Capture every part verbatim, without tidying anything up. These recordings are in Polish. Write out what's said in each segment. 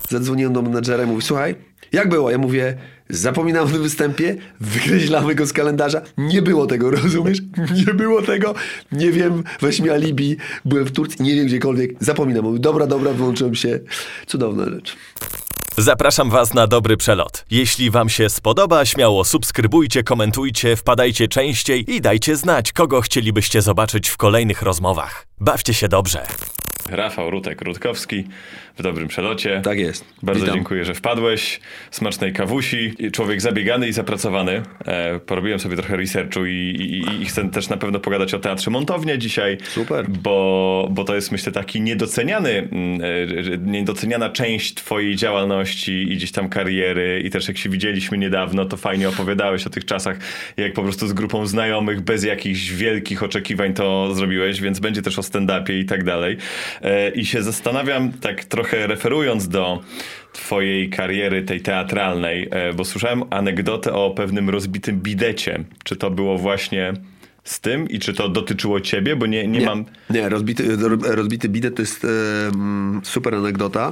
Zadzwoniłem do menadżera i mówi, słuchaj, jak było? Ja mówię, zapominam o tym występie, wykreślamy go z kalendarza. Nie było tego, rozumiesz? Nie było tego. Nie wiem, weź mi alibi. Byłem w Turcji, nie wiem gdziekolwiek. Zapominam. Mówię, dobra, dobra, wyłączyłem się. Cudowna rzecz. Zapraszam Was na dobry przelot. Jeśli Wam się spodoba, śmiało subskrybujcie, komentujcie, wpadajcie częściej i dajcie znać, kogo chcielibyście zobaczyć w kolejnych rozmowach. Bawcie się dobrze. Rafał Rutek-Rutkowski w dobrym przelocie. Tak jest. Bardzo Witam. dziękuję, że wpadłeś. Smacznej kawusi. Człowiek zabiegany i zapracowany. E, porobiłem sobie trochę researchu i, i, i chcę też na pewno pogadać o Teatrze Montownia dzisiaj. Super. Bo, bo to jest, myślę, taki niedoceniany, e, niedoceniana część twojej działalności i gdzieś tam kariery. I też jak się widzieliśmy niedawno, to fajnie opowiadałeś o tych czasach, jak po prostu z grupą znajomych, bez jakichś wielkich oczekiwań to zrobiłeś, więc będzie też o stand-upie i tak dalej. I się zastanawiam, tak trochę referując do twojej kariery tej teatralnej, bo słyszałem anegdotę o pewnym rozbitym bidecie. Czy to było właśnie z tym i czy to dotyczyło ciebie? Bo nie, nie, nie mam... Nie, rozbity, rozbity bidet to jest e, super anegdota.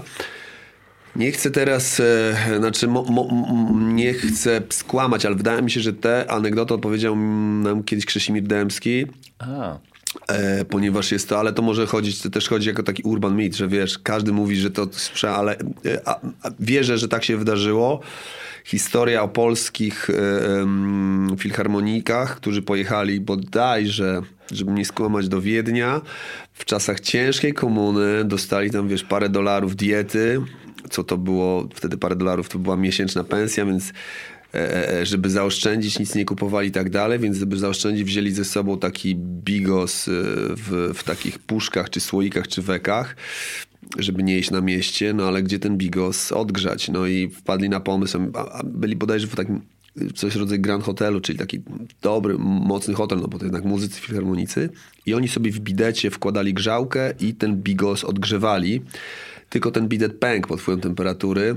Nie chcę teraz, e, znaczy mo, mo, nie chcę skłamać, ale wydaje mi się, że tę anegdotę opowiedział nam kiedyś Krzesimir Dębski. A. E, ponieważ jest to, ale to może chodzić, to też chodzi jako taki urban myth, że wiesz, każdy mówi, że to słyszał, ale e, a, a wierzę, że tak się wydarzyło. Historia o polskich e, e, filharmonikach, którzy pojechali bodajże, żeby nie skłamać, do Wiednia w czasach ciężkiej komuny, dostali tam, wiesz, parę dolarów diety, co to było, wtedy parę dolarów to była miesięczna pensja, więc żeby zaoszczędzić, nic nie kupowali i tak dalej, więc żeby zaoszczędzić, wzięli ze sobą taki bigos w, w takich puszkach, czy słoikach, czy wekach, żeby nie jeść na mieście, no ale gdzie ten bigos odgrzać? No i wpadli na pomysł, a byli bodajże w takim coś w rodzaju Grand Hotelu, czyli taki dobry, mocny hotel, no bo to jednak muzycy, filharmonicy, i oni sobie w bidecie wkładali grzałkę i ten bigos odgrzewali, tylko ten bidet pękł pod wpływem temperatury.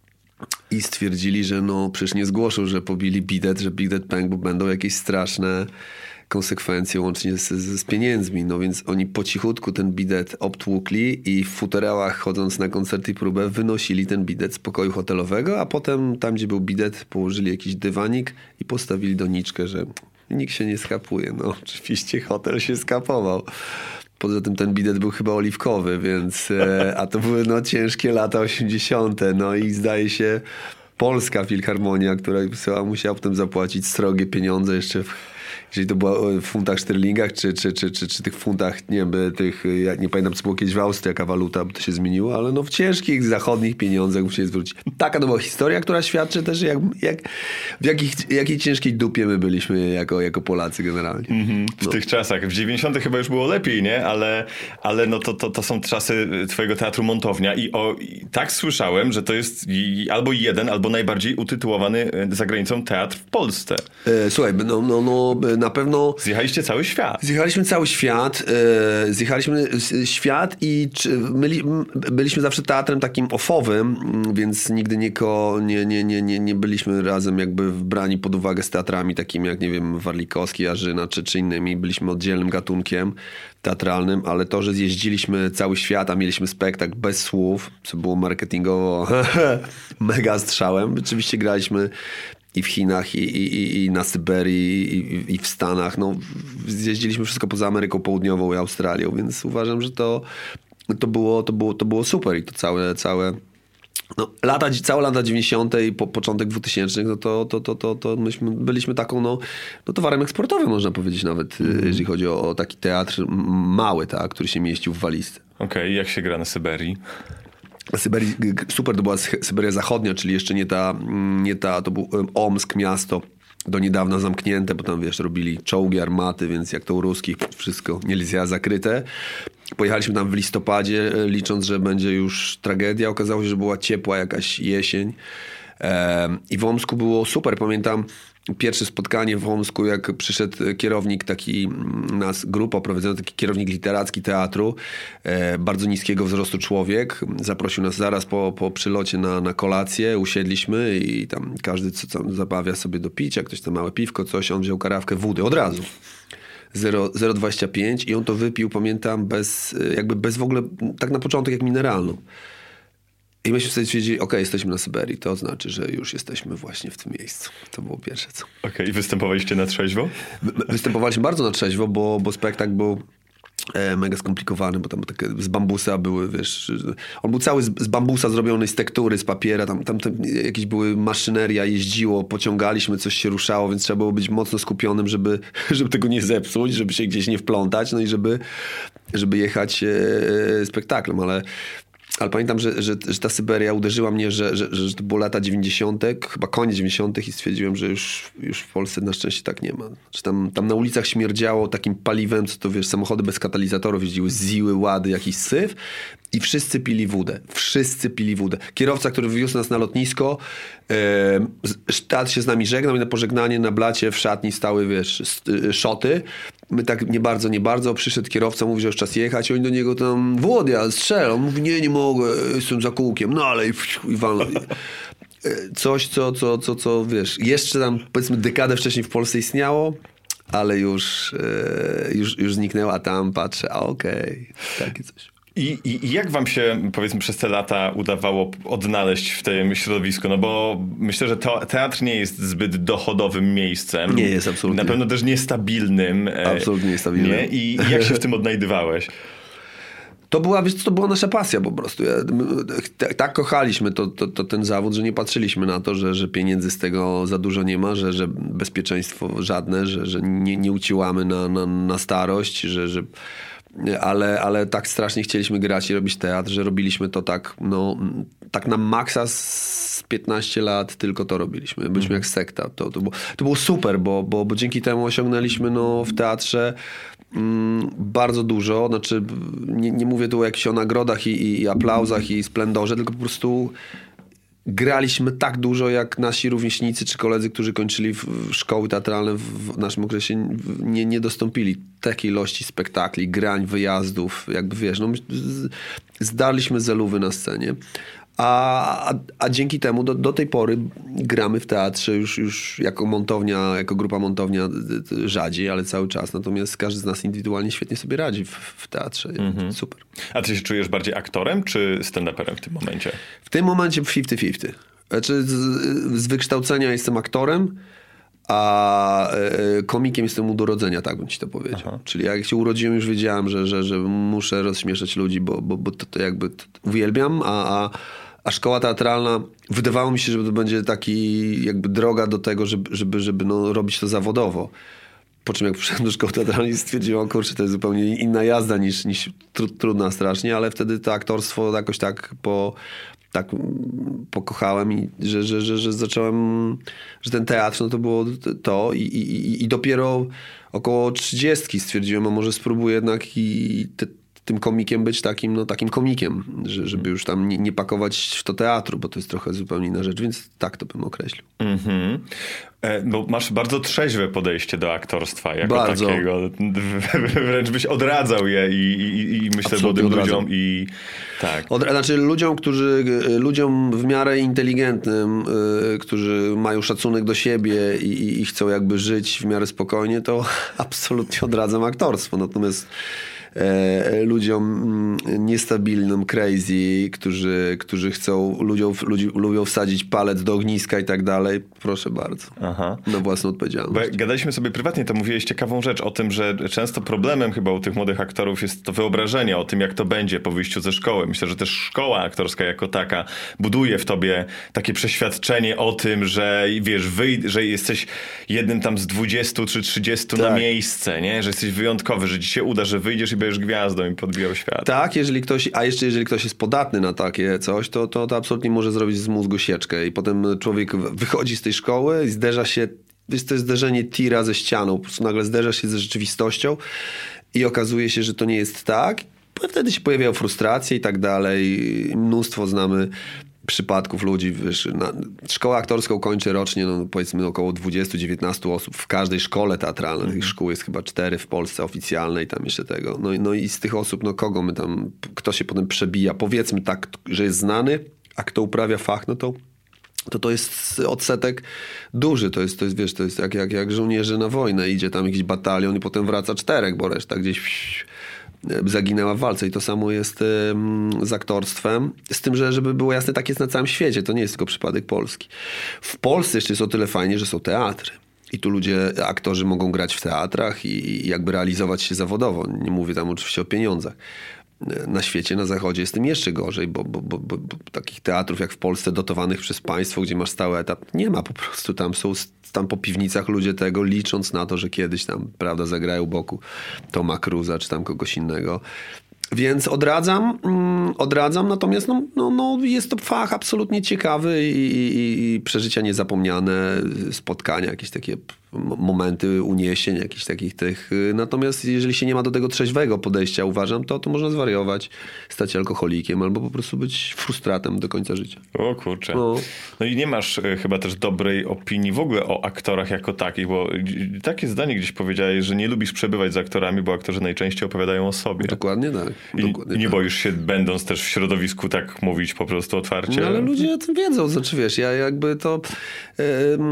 I stwierdzili, że no przecież nie zgłoszą, że pobili bidet, że bidet pękł, bo będą jakieś straszne konsekwencje łącznie z, z, z pieniędzmi. No więc oni po cichutku ten bidet obtłukli i w futerałach, chodząc na koncert i próbę, wynosili ten bidet z pokoju hotelowego, a potem tam, gdzie był bidet, położyli jakiś dywanik i postawili doniczkę, że nikt się nie skapuje. No oczywiście hotel się skapował. Poza tym ten bidet był chyba oliwkowy, więc, a to były no, ciężkie lata osiemdziesiąte. No i zdaje się Polska Filharmonia, która musiała potem zapłacić srogie pieniądze jeszcze, w, jeżeli to było w funtach szterlingach, czy, czy, czy, czy, czy tych funtach, nie wiem, tych, ja nie pamiętam, co było kiedyś w Austrii, jaka waluta, bo to się zmieniło, ale no w ciężkich zachodnich pieniądzach musieli zwrócić. Taka to była historia, która świadczy też, jak, jak, w jakich, jakiej ciężkiej dupie my byliśmy jako, jako Polacy generalnie. Mm-hmm. W no. tych czasach. W dziewięćdziesiątych chyba już było lepiej, nie? Ale, ale no to, to, to są czasy twojego Teatru Montownia i, o, i tak słyszałem, że to jest i, albo jeden, albo najbardziej utytułowany za granicą teatr w Polsce. E, słuchaj, no, no, no na pewno... Zjechaliście cały świat. Zjechaliśmy cały świat. E, zjechaliśmy świat i czy, myli, byliśmy zawsze teatrem takim offowym, więc nigdy nie, ko, nie, nie, nie, nie, nie byliśmy razem jakby brani pod uwagę z teatrami takimi jak, nie wiem, Warlikowski, Jarzyna czy, czy innymi. Byliśmy oddzielnym gatunkiem teatralnym, ale to, że zjeździliśmy cały świat, a mieliśmy spektakl bez słów, co było marketingowo mega strzałem. Oczywiście graliśmy i w Chinach, i, i, i na Syberii, i, i w Stanach. No, zjeździliśmy wszystko poza Ameryką Południową i Australią, więc uważam, że to, to, było, to, było, to było super i to całe, całe no, lata, całe lata dziewięćdziesiąte i po, początek dwutysięcznych, no to, to, to, to, to myśmy byliśmy taką, no, no towarem eksportowym, można powiedzieć nawet, mm. jeżeli chodzi o, o taki teatr mały, tak, który się mieścił w walizce. Okej, okay, jak się gra na Syberii? Syberii, super, to była Syberia Zachodnia, czyli jeszcze nie ta, nie ta, to był Omsk, miasto do niedawna zamknięte, bo tam, wiesz, robili czołgi, armaty, więc jak to u ruskich wszystko Nielizja zakryte. Pojechaliśmy tam w listopadzie, licząc, że będzie już tragedia. Okazało się, że była ciepła jakaś jesień. I w Omsku było super. Pamiętam pierwsze spotkanie w Omsku, jak przyszedł kierownik taki, nas grupa prowadząca, taki kierownik literacki teatru, bardzo niskiego wzrostu człowiek. Zaprosił nas zaraz po, po przylocie na, na kolację. Usiedliśmy i tam każdy co tam zabawia sobie do picia, ktoś tam małe piwko, coś. On wziął karawkę wody od razu. zero przecinek dwadzieścia pięć i on to wypił, pamiętam, bez, jakby bez w ogóle, tak na początek jak mineralną. I myśmy sobie stwierdzili, okej, okay, jesteśmy na Syberii, to znaczy, że już jesteśmy właśnie w tym miejscu. To było pierwsze co. Okej, okay. I występowaliście na trzeźwo? Występowaliśmy bardzo na trzeźwo, bo, bo spektakl był e, mega skomplikowany, bo tam takie z bambusa były, wiesz, on był cały z, z bambusa zrobiony, z tektury, z papiera, tam, tam, tam jakieś były maszyneria, jeździło, pociągaliśmy, coś się ruszało, więc trzeba było być mocno skupionym, żeby, żeby tego nie zepsuć, żeby się gdzieś nie wplątać, no i żeby, żeby jechać e, spektaklem, ale Ale pamiętam, że, że, że ta Syberia uderzyła mnie, że, że, że to było lata dziewięćdziesiąte, chyba koniec dziewięćdziesiątych i stwierdziłem, że już, już w Polsce na szczęście tak nie ma. Że tam, tam na ulicach śmierdziało takim paliwem, co to wiesz, samochody bez katalizatorów jeździły, ziły, łady, jakiś syf i wszyscy pili wódę. Wszyscy pili wódę. Kierowca, który wywiózł nas na lotnisko, e, sztat się z nami żegnał i na pożegnanie na blacie w szatni stały, wiesz, szoty. My tak nie bardzo, nie bardzo. Przyszedł kierowca, mówi, że już czas jechać. Oni do niego tam, Włodia, strzel. On mówi, nie, nie mogę, jestem za kółkiem. No ale i, i walno. Coś, co, co, co, co, wiesz, jeszcze tam powiedzmy dekadę wcześniej w Polsce istniało, ale już, już, już zniknęło, a tam patrzę, a okej, okay, takie coś. I, i, I jak wam się, powiedzmy, przez te lata udawało odnaleźć w tym środowisku? No bo myślę, że to, teatr nie jest zbyt dochodowym miejscem. Nie jest, absolutnie. Na pewno też niestabilnym. Absolutnie niestabilnym. Nie? I jak się w tym odnajdywałeś? To była, wiesz, to była nasza pasja po prostu. Ja, tak, tak kochaliśmy to, to, to ten zawód, że nie patrzyliśmy na to, że, że pieniędzy z tego za dużo nie ma, że, że bezpieczeństwo żadne, że, że nie, nie uciłamy na, na, na starość, że... że Ale, ale tak strasznie chcieliśmy grać i robić teatr, że robiliśmy to tak, no, tak na maksa z piętnaście lat tylko to robiliśmy. Byliśmy mm. jak sekta. To, to, było, to było super, bo, bo, bo dzięki temu osiągnęliśmy no, w teatrze mm, bardzo dużo. Znaczy, nie, nie mówię tu o jakichś o nagrodach i, i aplauzach i splendorze, tylko po prostu graliśmy tak dużo, jak nasi rówieśnicy czy koledzy, którzy kończyli w, w szkoły teatralne w, w naszym okresie, nie, nie dostąpili takiej ilości spektakli, grań, wyjazdów, jakby wiesz, no, z, zdarliśmy zeluwy na scenie. A, a, a dzięki temu do, do tej pory gramy w teatrze już, już jako montownia, jako grupa montownia rzadziej, ale cały czas. Natomiast każdy z nas indywidualnie świetnie sobie radzi w, w teatrze. Mm-hmm. Super. A ty się czujesz bardziej aktorem czy stand-uperem w tym momencie? W tym momencie pięćdziesiąt pięćdziesiąt. Znaczy z, z wykształcenia jestem aktorem, a e, komikiem jestem od urodzenia, tak bym ci to powiedział. Aha. Czyli jak się urodziłem, już wiedziałem, że, że, że muszę rozśmieszać ludzi, bo, bo, bo to, to jakby to uwielbiam, a, a, a szkoła teatralna, wydawało mi się, że to będzie taki jakby droga do tego, żeby, żeby, żeby no, robić to zawodowo. Po czym jak przyszedłem do szkoły teatralnej stwierdziłem, kurczę, to jest zupełnie inna jazda niż, niż tr- trudna strasznie, ale wtedy to aktorstwo jakoś tak po... tak pokochałem i że, że, że, że zacząłem, że ten teatr no to było to i, i, i dopiero około trzydziestki stwierdziłem, a może spróbuję jednak i te, tym komikiem być takim, no takim komikiem, że, żeby już tam nie, nie pakować w to teatru, bo to jest trochę zupełnie inna rzecz, więc tak to bym określił. Mhm. Bo masz bardzo trzeźwe podejście do aktorstwa jako bardzo. takiego. Wręcz byś odradzał je i, i, i myślę młodym ludziom i tak. Od, znaczy ludziom, którzy ludziom w miarę inteligentnym, yy, którzy mają szacunek do siebie i, i chcą jakby żyć w miarę spokojnie, to absolutnie odradzam aktorstwo. Natomiast E, ludziom niestabilnym, crazy, którzy, którzy chcą ludziom, ludzi, lubią wsadzić palec do ogniska i tak dalej, proszę bardzo. Aha. Na własną odpowiedzialność. Bo gadaliśmy sobie prywatnie, to mówiłeś ciekawą rzecz o tym, że często problemem chyba u tych młodych aktorów jest to wyobrażenie o tym, jak to będzie po wyjściu ze szkoły. Myślę, że też szkoła aktorska jako taka buduje w tobie takie przeświadczenie o tym, że wiesz, wyj- że jesteś jednym tam z dwudziestu czy trzydziestu tak. na miejsce, nie? Że jesteś wyjątkowy, że ci się uda, że wyjdziesz i będziesz gwiazdą i podbijał świat. Tak, jeżeli ktoś, a jeszcze jeżeli ktoś jest podatny na takie coś, to, to, to absolutnie może zrobić z mózgu sieczkę i potem człowiek wychodzi z tej szkoły i zderza się, wiesz, to jest zderzenie tira ze ścianą, po prostu nagle zderza się ze rzeczywistością i okazuje się, że to nie jest tak. Wtedy się pojawiają frustracje i tak dalej. Mnóstwo znamy przypadków ludzi, wiesz, na, szkołę aktorską kończy rocznie, no powiedzmy około dwadzieścia do dziewiętnastu osób w każdej szkole teatralnej. Mm-hmm. Tych szkół jest chyba cztery w Polsce oficjalnej, tam jeszcze tego. No, no i z tych osób, no kogo my tam, kto się potem przebija, powiedzmy tak, że jest znany, a kto uprawia fach, no to to to jest odsetek duży. To jest, to jest wiesz, to jest jak, jak, jak żołnierze na wojnę. Idzie tam jakiś batalion i potem wraca czterech, bo reszta gdzieś zaginęła w walce. I to samo jest z aktorstwem. Z tym, że żeby było jasne, tak jest na całym świecie. To nie jest tylko przypadek Polski. W Polsce jeszcze jest o tyle fajnie, że są teatry. I tu ludzie, aktorzy mogą grać w teatrach i, i jakby realizować się zawodowo. Nie mówię tam oczywiście o pieniądzach. Na świecie, na zachodzie jest tym jeszcze gorzej, bo, bo, bo, bo, bo takich teatrów jak w Polsce dotowanych przez państwo, gdzie masz stały etap, nie ma po prostu. Tam są tam po piwnicach ludzie tego, licząc na to, że kiedyś tam, prawda, zagrają boku Toma Cruza czy tam kogoś innego. Więc odradzam, mm, odradzam, natomiast no, no, no jest to fach absolutnie ciekawy i, i, i przeżycia niezapomniane, spotkania, jakieś takie momenty uniesień, jakichś takich tych. Natomiast jeżeli się nie ma do tego trzeźwego podejścia, uważam, to, to można zwariować, stać się alkoholikiem albo po prostu być frustratem do końca życia. O kurczę. No, no i nie masz y, chyba też dobrej opinii w ogóle o aktorach jako takich, bo y, takie zdanie gdzieś powiedziałeś, że nie lubisz przebywać z aktorami, bo aktorzy najczęściej opowiadają o sobie. Dokładnie tak. I, Dokładnie i nie tak. boisz się, będąc też w środowisku, tak mówić po prostu otwarcie? No ale ludzie o tym wiedzą, znaczy wiesz, ja jakby to yy,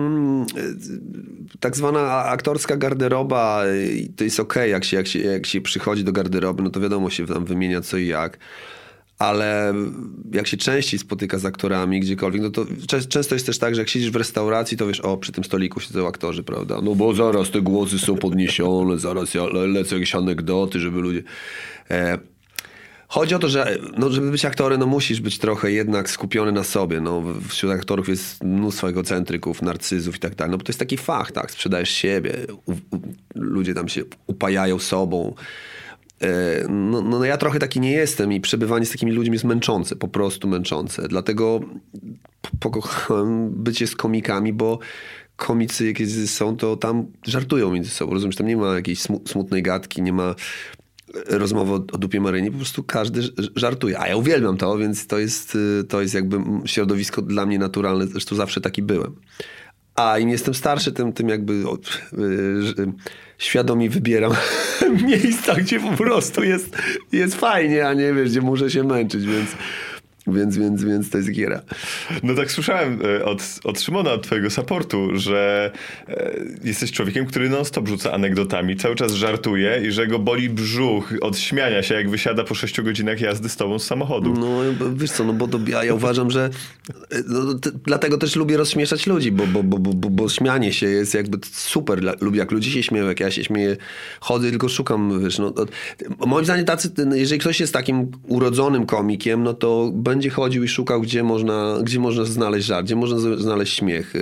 tak zwana aktorska garderoba, to jest okej, okay, jak, się, jak, się, jak się przychodzi do garderoby, no to wiadomo się tam wymienia co i jak. Ale jak się częściej spotyka z aktorami gdziekolwiek, no to często jest też tak, że jak siedzisz w restauracji, to wiesz, o, przy tym stoliku siedzą aktorzy, prawda? No bo zaraz te głosy są podniesione, zaraz ja lecę jakieś anegdoty, żeby ludzie... E, Chodzi o to, że no, żeby być aktorem, no musisz być trochę jednak skupiony na sobie. No, wśród aktorów jest mnóstwo egocentryków, narcyzów i tak dalej. No bo to jest taki fach, tak? Sprzedajesz siebie, u, u, ludzie tam się upajają sobą. E, no, no ja trochę taki nie jestem i przebywanie z takimi ludźmi jest męczące, po prostu męczące. Dlatego pokochałem bycie z komikami, bo komicy, jakie są, to tam żartują między sobą. Rozumiesz, tam nie ma jakiejś smutnej gadki, nie ma rozmowy o, o dupie Maryni, po prostu każdy żartuje. A ja uwielbiam to, więc to jest, to jest jakby środowisko dla mnie naturalne. Zresztą zawsze taki byłem. A im jestem starszy, tym, tym jakby o, y, świadomie wybieram miejsca, gdzie po prostu jest, jest fajnie, a nie wiesz, gdzie muszę się męczyć, więc... Więc, więc, więc to jest giera. No tak słyszałem od, od Szymona, od twojego supportu, że e, jesteś człowiekiem, który non-stop rzuca anegdotami, cały czas żartuje i że go boli brzuch od śmiania się, jak wysiada po sześciu godzinach jazdy z tobą z samochodu. No wiesz co, no bo to, ja, ja uważam, że no, te, dlatego też lubię rozśmieszać ludzi, bo, bo, bo, bo, bo śmianie się jest jakby super. Lubię, jak ludzie się śmieją, jak ja się śmieję, chodzę, tylko szukam, wiesz, no, to, moim zdaniem tacy, jeżeli ktoś jest takim urodzonym komikiem, no to będzie chodził i szukał, gdzie można, gdzie można znaleźć żart, gdzie można znaleźć śmiech.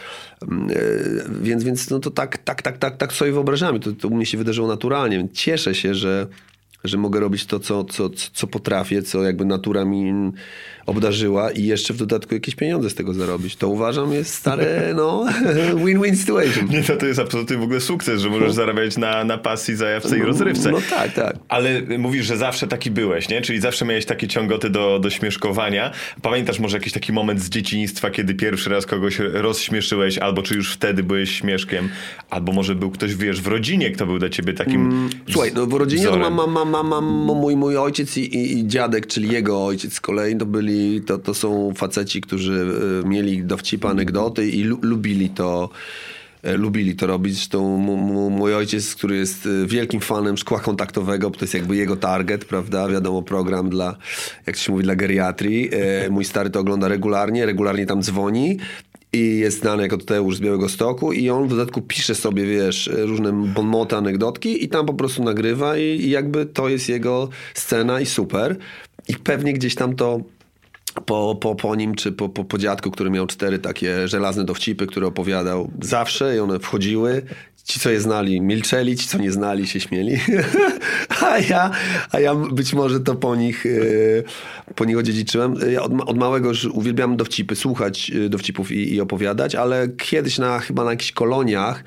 Więc, więc no to tak, tak, tak, tak, tak sobie wyobrażamy. To, to u mnie się wydarzyło naturalnie. Więc cieszę się, że, że mogę robić to, co, co, co potrafię, co jakby natura mi obdarzyła i jeszcze w dodatku jakieś pieniądze z tego zarobić. To uważam jest stare, no, win-win situation. Nie, to, to jest absolutnie w ogóle sukces, że możesz no. zarabiać na, na pasji, zajawce i rozrywce. No tak, tak. Ale mówisz, że zawsze taki byłeś, nie? Czyli zawsze miałeś takie ciągoty do, do śmieszkowania. Pamiętasz może jakiś taki moment z dzieciństwa, kiedy pierwszy raz kogoś rozśmieszyłeś, albo czy już wtedy byłeś śmieszkiem, albo może był ktoś, wiesz, w rodzinie, kto był dla ciebie takim mm, Słuchaj, no w rodzinie to mam, mam, mam, mam, mam mój, mój ojciec i, i, i dziadek, czyli jego ojciec z kolei, to byli To, to są faceci, którzy mieli dowcipy, anegdoty i lu- lubili to lubili to robić. Zresztą m- m- mój ojciec, który jest wielkim fanem szkła kontaktowego, bo to jest jakby jego target, prawda? Wiadomo, program dla, jak to się mówi, dla geriatrii. E, mój stary to ogląda regularnie, regularnie tam dzwoni. I jest znany jako Tadeusz z Białegostoku i on w dodatku pisze sobie, wiesz, różne bonmoty, anegdotki i tam po prostu nagrywa i, i jakby to jest jego scena i super. I pewnie gdzieś tam to Po, po, po nim, czy po, po, po dziadku, który miał cztery takie żelazne dowcipy, które opowiadał zawsze i one wchodziły. Ci, co je znali, milczeli, ci, co nie znali, się śmieli. a, ja, a ja być może to po nich, po nich odziedziczyłem. Ja od, od małego już uwielbiam dowcipy, słuchać dowcipów i, i opowiadać, ale kiedyś na, chyba na jakichś koloniach,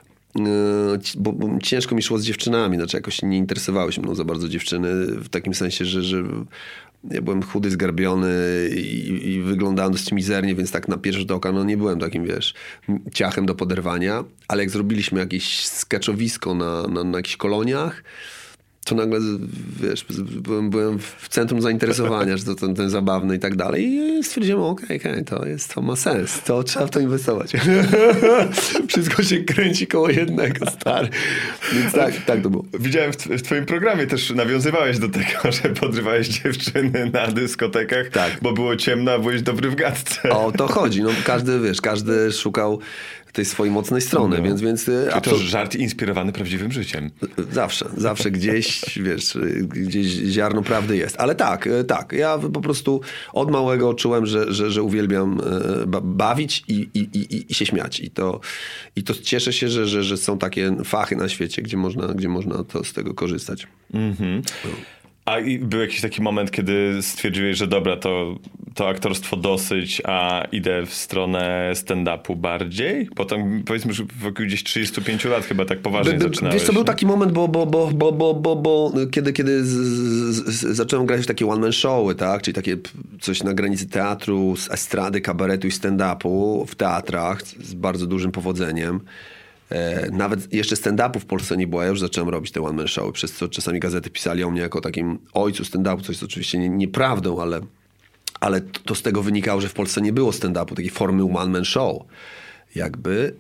bo, bo ciężko mi szło z dziewczynami, znaczy jakoś nie interesowały się mną za bardzo dziewczyny, w takim sensie, że, że ja byłem chudy, zgarbiony i, i wyglądałem dosyć mizernie, więc tak na pierwszy rzut oka no nie byłem takim, wiesz, ciachem do poderwania, ale jak zrobiliśmy jakieś sketchowisko na, na, na jakichś koloniach, to nagle, wiesz, byłem, byłem w centrum zainteresowania, że to ten, ten zabawny i tak dalej. I stwierdziłem, okej, okay, okay, to jest, to ma sens, to trzeba w to inwestować. Wszystko się kręci koło jednego, stary. Więc tak, tak to było. Widziałem w, w twoim programie też nawiązywałeś do tego, że podrywałeś dziewczyny na dyskotekach, tak. Bo było ciemno, a byłeś dobry w gadce. O to chodzi. No, każdy, wiesz, każdy szukał tej swojej mocnej strony, no. więc... więc absolut... to żart inspirowany prawdziwym życiem. Zawsze, zawsze gdzieś, wiesz, gdzieś ziarno prawdy jest. Ale tak, tak, ja po prostu od małego czułem, że, że, że uwielbiam bawić i, i, i, i się śmiać. I to, i to cieszę się, że, że, że są takie fachy na świecie, gdzie można, gdzie można to z tego korzystać. Mhm. No. A i był jakiś taki moment, kiedy stwierdziłeś, że dobra, to, to aktorstwo dosyć, a idę w stronę stand-upu bardziej? Potem powiedzmy, że wokół gdzieś trzydziestu pięciu lat chyba tak poważnie by, zaczynałeś. Wiesz co, był taki moment, bo, bo, bo, bo, bo, bo, bo kiedy, kiedy z, z, z, zacząłem grać w takie one-man showy, tak? Czyli takie coś na granicy teatru, z estrady, kabaretu i stand-upu w teatrach z bardzo dużym powodzeniem. Nawet jeszcze stand-upu w Polsce nie było, ja już zacząłem robić te one-man showy, przez co czasami gazety pisali o mnie jako takim ojcu stand-upu, co jest oczywiście nie, nieprawdą, ale, ale to z tego wynikało, że w Polsce nie było stand-upu, takiej formy one-man show jakby.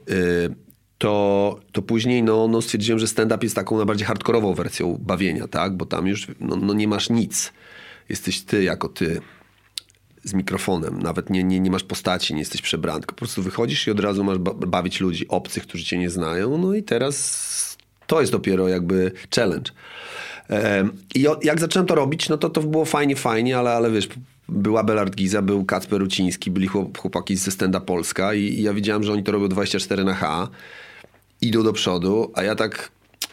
To, to później no, no stwierdziłem, że stand-up jest taką najbardziej hardkorową wersją bawienia, tak? Bo tam już no, no nie masz nic. Jesteś ty jako ty. Z mikrofonem, nawet nie, nie, nie masz postaci, nie jesteś przebrany, po prostu wychodzisz i od razu masz ba- bawić ludzi obcych, którzy cię nie znają, no i teraz to jest dopiero jakby challenge. Ehm, I o, jak zacząłem to robić, no to to było fajnie, fajnie, ale, ale wiesz, był Abelard Giza, był Kacper Ruciński, byli chłopaki ze Stand-Up Polska i, i ja widziałem, że oni to robią dwadzieścia cztery na H, idą do przodu, a ja tak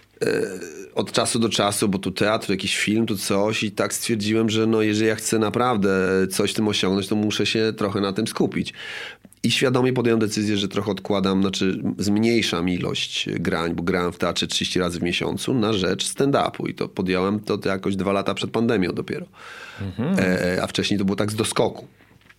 od czasu do czasu, bo tu teatr, jakiś film, tu coś i tak stwierdziłem, że no jeżeli ja chcę naprawdę coś w tym osiągnąć, to muszę się trochę na tym skupić. I świadomie podjąłem decyzję, że trochę odkładam, znaczy zmniejszam ilość grań, bo grałem w teatrze trzydzieści razy w miesiącu na rzecz stand-upu i to podjąłem to, to jakoś dwa lata przed pandemią dopiero. Mhm. E, a wcześniej to było tak z doskoku.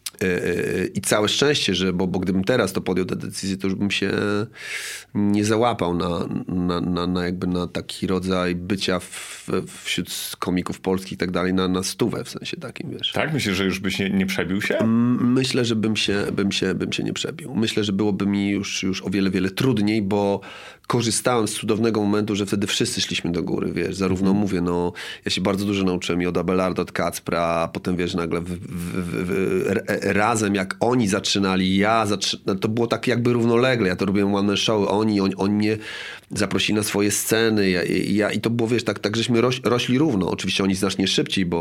I całe szczęście, że, bo, bo gdybym teraz to podjął tę decyzję, to już bym się nie załapał na, na, na, na jakby na taki rodzaj bycia w, wśród komików polskich i tak dalej, na, na stówę w sensie takim, wiesz. Tak? Myślisz, że już byś nie, nie przebił się? Myślę, że bym się, bym się, bym się nie przebił. Myślę, że byłoby mi już, już o wiele, wiele trudniej, bo korzystałem z cudownego momentu, że wtedy wszyscy szliśmy do góry, wiesz. Zarówno mm. mówię, no ja się bardzo dużo nauczyłem i od Abelarda, od Kacpra, a potem wiesz, nagle w, w, w, w, razem jak oni zaczynali, ja zaczynałem, to było tak jakby równolegle. Ja to robiłem one man show, oni, oni, oni mnie zaprosili na swoje sceny ja, ja, i to było, wiesz, tak, tak żeśmy roś, rośli równo. Oczywiście oni znacznie szybciej, bo,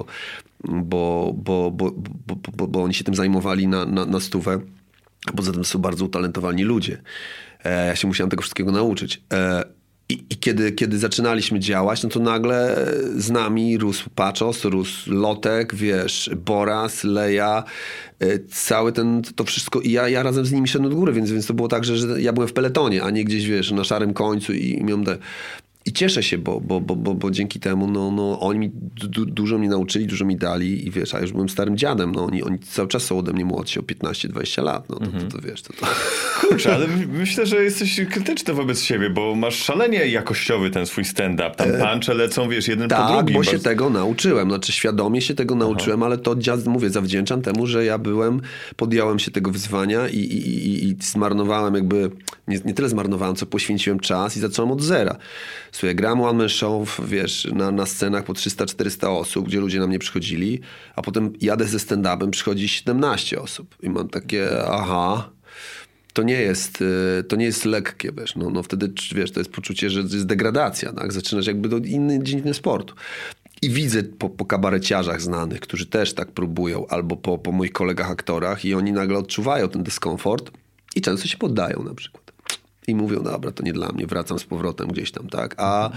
bo, bo, bo, bo, bo, bo oni się tym zajmowali na, na, na stówę. Poza tym są bardzo utalentowani ludzie. E, ja się musiałem tego wszystkiego nauczyć. E, I, i kiedy, kiedy zaczynaliśmy działać, no to nagle z nami rósł Paczos, rósł Lotek, wiesz, Boras, Leja, e, cały ten, to wszystko. I ja, ja razem z nimi szedłem do góry, więc, więc to było tak, że, że ja byłem w peletonie, a nie gdzieś, wiesz, na szarym końcu i miałem te... I cieszę się, bo, bo, bo, bo, bo dzięki temu no, no, oni mi du- dużo mi nauczyli, dużo mi dali i wiesz, a już byłem starym dziadem, no, oni, oni cały czas są ode mnie młodsi o piętnaście dwadzieścia lat, no to, mm-hmm. to, to, to wiesz. To, to... Kurczę, ale myślę, że jesteś krytyczny wobec siebie, bo masz szalenie jakościowy ten swój stand-up, tam puncze lecą, wiesz, jeden tak, po drugim. Tak, bo bardzo... się tego nauczyłem, znaczy świadomie się tego nauczyłem, Aha. ale to, mówię, zawdzięczam temu, że ja byłem, podjąłem się tego wyzwania i, i, i, i zmarnowałem jakby, nie, nie tyle zmarnowałem, co poświęciłem czas i zacząłem od zera. Słuchaj, gram one man show, wiesz, na, na scenach po trzysta czterysta osób, gdzie ludzie na mnie przychodzili, a potem jadę ze stand-upem, przychodzi siedemnaście osób i mam takie, aha, to nie jest, to nie jest lekkie, wiesz, no, no wtedy, wiesz, to jest poczucie, że to jest degradacja, tak, zaczynasz jakby do innej dziedziny sportu. I widzę po, po kabareciarzach znanych, którzy też tak próbują, albo po, po moich kolegach aktorach i oni nagle odczuwają ten dyskomfort i często się poddają na przykład. I mówią, dobra, to nie dla mnie, wracam z powrotem gdzieś tam, tak? A,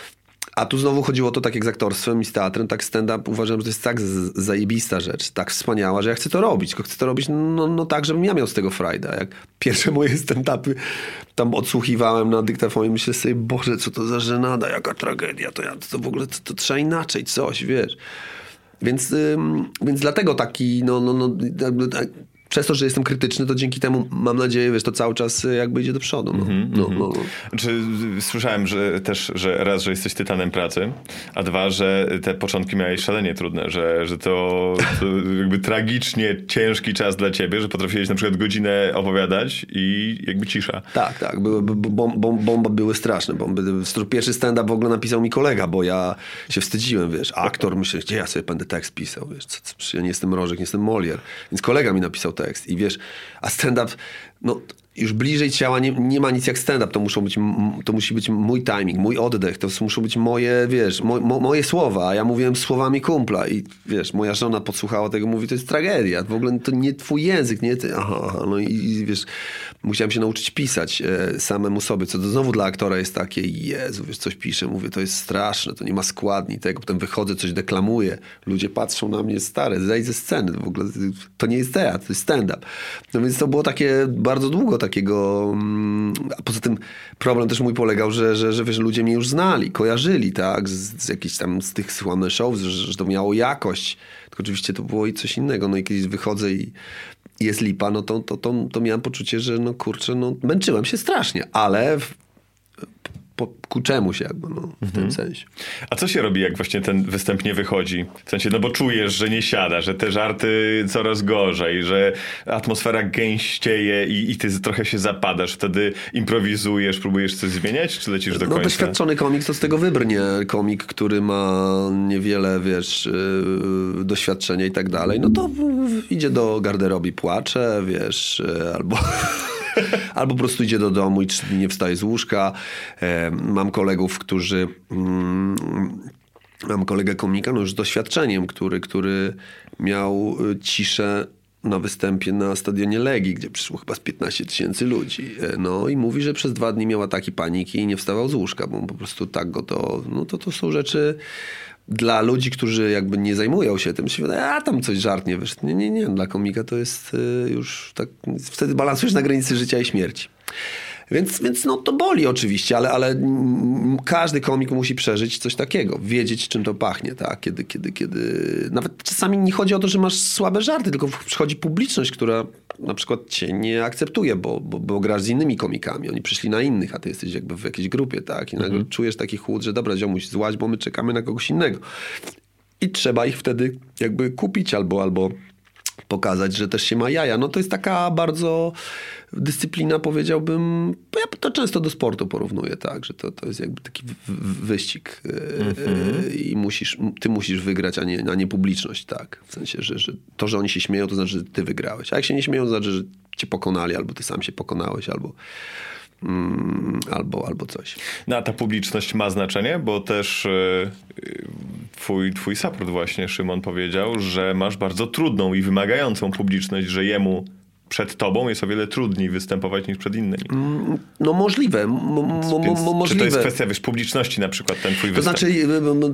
a tu znowu chodziło o to, tak jak z aktorstwem i z teatrem, tak stand-up uważam, że to jest tak z- zajebista rzecz, tak wspaniała, że ja chcę to robić, tylko chcę to robić no, no tak, żebym ja miał z tego frajda. Jak pierwsze moje stand-upy tam odsłuchiwałem na dyktafonie, myślę sobie, Boże, co to za żenada, jaka tragedia, to ja to w ogóle, to, to trzeba inaczej coś, wiesz. Więc, ym, więc dlatego taki, no, no, no przez to, że jestem krytyczny, to dzięki temu mam nadzieję, wiesz, to cały czas jakby idzie do przodu. No. Mm-hmm. no, no, no. Czy słyszałem, że też, że raz, że jesteś tytanem pracy, a dwa, że te początki miałeś szalenie trudne, że, że to, to jakby tragicznie ciężki czas dla ciebie, że potrafiłeś na przykład godzinę opowiadać i jakby cisza. Tak, tak. Były, bom, bom, bomby były straszne. Bomby. Pierwszy stand-up w ogóle napisał mi kolega, bo ja się wstydziłem, wiesz, aktor, myślę, gdzie ja sobie będę tekst pisał, wiesz, co, co, ja nie jestem Mrożek, nie jestem Molière, więc kolega mi napisał tekst i wiesz, a stand-up, no już bliżej ciała nie, nie ma nic jak stand-up, to, muszą być, to musi być mój timing, mój oddech, to muszą być moje, wiesz, mo, mo, moje słowa, a ja mówiłem słowami kumpla i wiesz, moja żona podsłuchała tego, mówi, to jest tragedia, w ogóle to nie twój język, nie ty, aha, aha. No i, i wiesz, musiałem się nauczyć pisać e, samemu sobie, co to znowu dla aktora jest takie, Jezu, wiesz, coś piszę, mówię, to jest straszne, to nie ma składni tego, potem wychodzę, coś deklamuję, ludzie patrzą na mnie, stary, zejdź ze sceny, w ogóle to nie jest teatr, to jest stand-up. No więc to było takie bardzo długo takiego, a poza tym problem też mój polegał, że, że, że wiesz, ludzie mnie już znali, kojarzyli, tak, z, z jakichś tam, z tych one shows, że, że to miało jakość, tylko oczywiście to było i coś innego, no i kiedyś wychodzę i jest lipa, no to, to, to, to miałem poczucie, że no kurczę, no męczyłem się strasznie, ale w, po, ku czemu się jakby, no, w mhm. tym sensie. A co się robi, jak właśnie ten występ nie wychodzi? W sensie, no bo czujesz, że nie siada, że te żarty coraz gorzej, że atmosfera gęścieje i, i ty trochę się zapadasz, wtedy improwizujesz, próbujesz coś zmieniać, czy lecisz do końca? No doświadczony komik to z tego wybrnie. Komik, który ma niewiele, wiesz, yy, doświadczenia i tak dalej, no to idzie do garderoby, płacze, wiesz, yy, albo... Albo po prostu idzie do domu i trzy dni nie wstaje z łóżka. E, mam kolegów, którzy... Mm, mam kolegę komika, no już z doświadczeniem, który, który miał ciszę na występie na stadionie Legii, gdzie przyszło chyba z piętnaście tysięcy ludzi. E, no i mówi, że przez dwa dni miał ataki paniki i nie wstawał z łóżka, bo po prostu tak go to... No to, to są rzeczy... Dla ludzi, którzy jakby nie zajmują się tym, się wydaje, a tam coś żartnie wyszło. Nie, nie, nie. Dla komika to jest y, już tak... Wtedy balansujesz na granicy życia i śmierci. Więc, więc no to boli oczywiście, ale, ale każdy komik musi przeżyć coś takiego. Wiedzieć, czym to pachnie, tak? Kiedy, kiedy, kiedy... Nawet czasami nie chodzi o to, że masz słabe żarty, tylko przychodzi publiczność, która na przykład cię nie akceptuje, bo, bo, bo grasz z innymi komikami. Oni przyszli na innych, a ty jesteś jakby w jakiejś grupie, tak? I nagle mhm. czujesz taki chłód, że dobra, ziomuś, złaź, bo my czekamy na kogoś innego. I trzeba ich wtedy jakby kupić albo... albo pokazać, że też się ma jaja. No to jest taka bardzo dyscyplina, powiedziałbym, ja to często do sportu porównuję, tak, że to, to jest jakby taki wyścig mm-hmm. i musisz, ty musisz wygrać, a nie, a nie publiczność, tak. W sensie, że, że to, że oni się śmieją, to znaczy, że ty wygrałeś. A jak się nie śmieją, to znaczy, że cię pokonali, albo ty sam się pokonałeś, albo Mm, albo, albo coś. No a ta publiczność ma znaczenie, bo też yy, twój, twój support właśnie, Szymon, powiedział, że masz bardzo trudną i wymagającą publiczność, że jemu przed tobą jest o wiele trudniej występować niż przed innymi. Mm, no możliwe. M- m- Więc, możliwe. Czy to jest kwestia, wiesz, publiczności na przykład, ten twój to występ? znaczy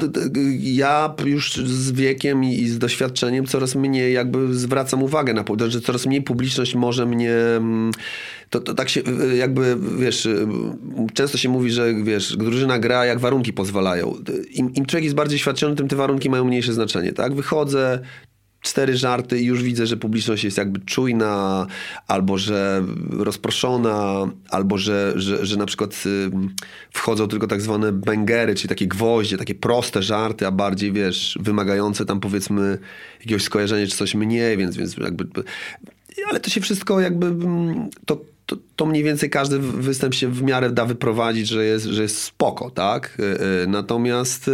ja już z wiekiem i z doświadczeniem coraz mniej jakby zwracam uwagę na to, że coraz mniej publiczność może mnie... To, to tak się jakby, wiesz, często się mówi, że wiesz, drużyna gra jak warunki pozwalają. Im, im człowiek jest bardziej świadczony, tym te warunki mają mniejsze znaczenie, tak? Wychodzę, cztery żarty i już widzę, że publiczność jest jakby czujna, albo że rozproszona, albo że, że, że na przykład wchodzą tylko tak zwane bęgery, czyli takie gwoździe, takie proste żarty, a bardziej, wiesz, wymagające tam powiedzmy jakiegoś skojarzenia czy coś mniej, więc, więc jakby... Ale to się wszystko jakby... To, to, to mniej więcej każdy występ się w miarę da wyprowadzić, że jest, że jest spoko, tak? Natomiast...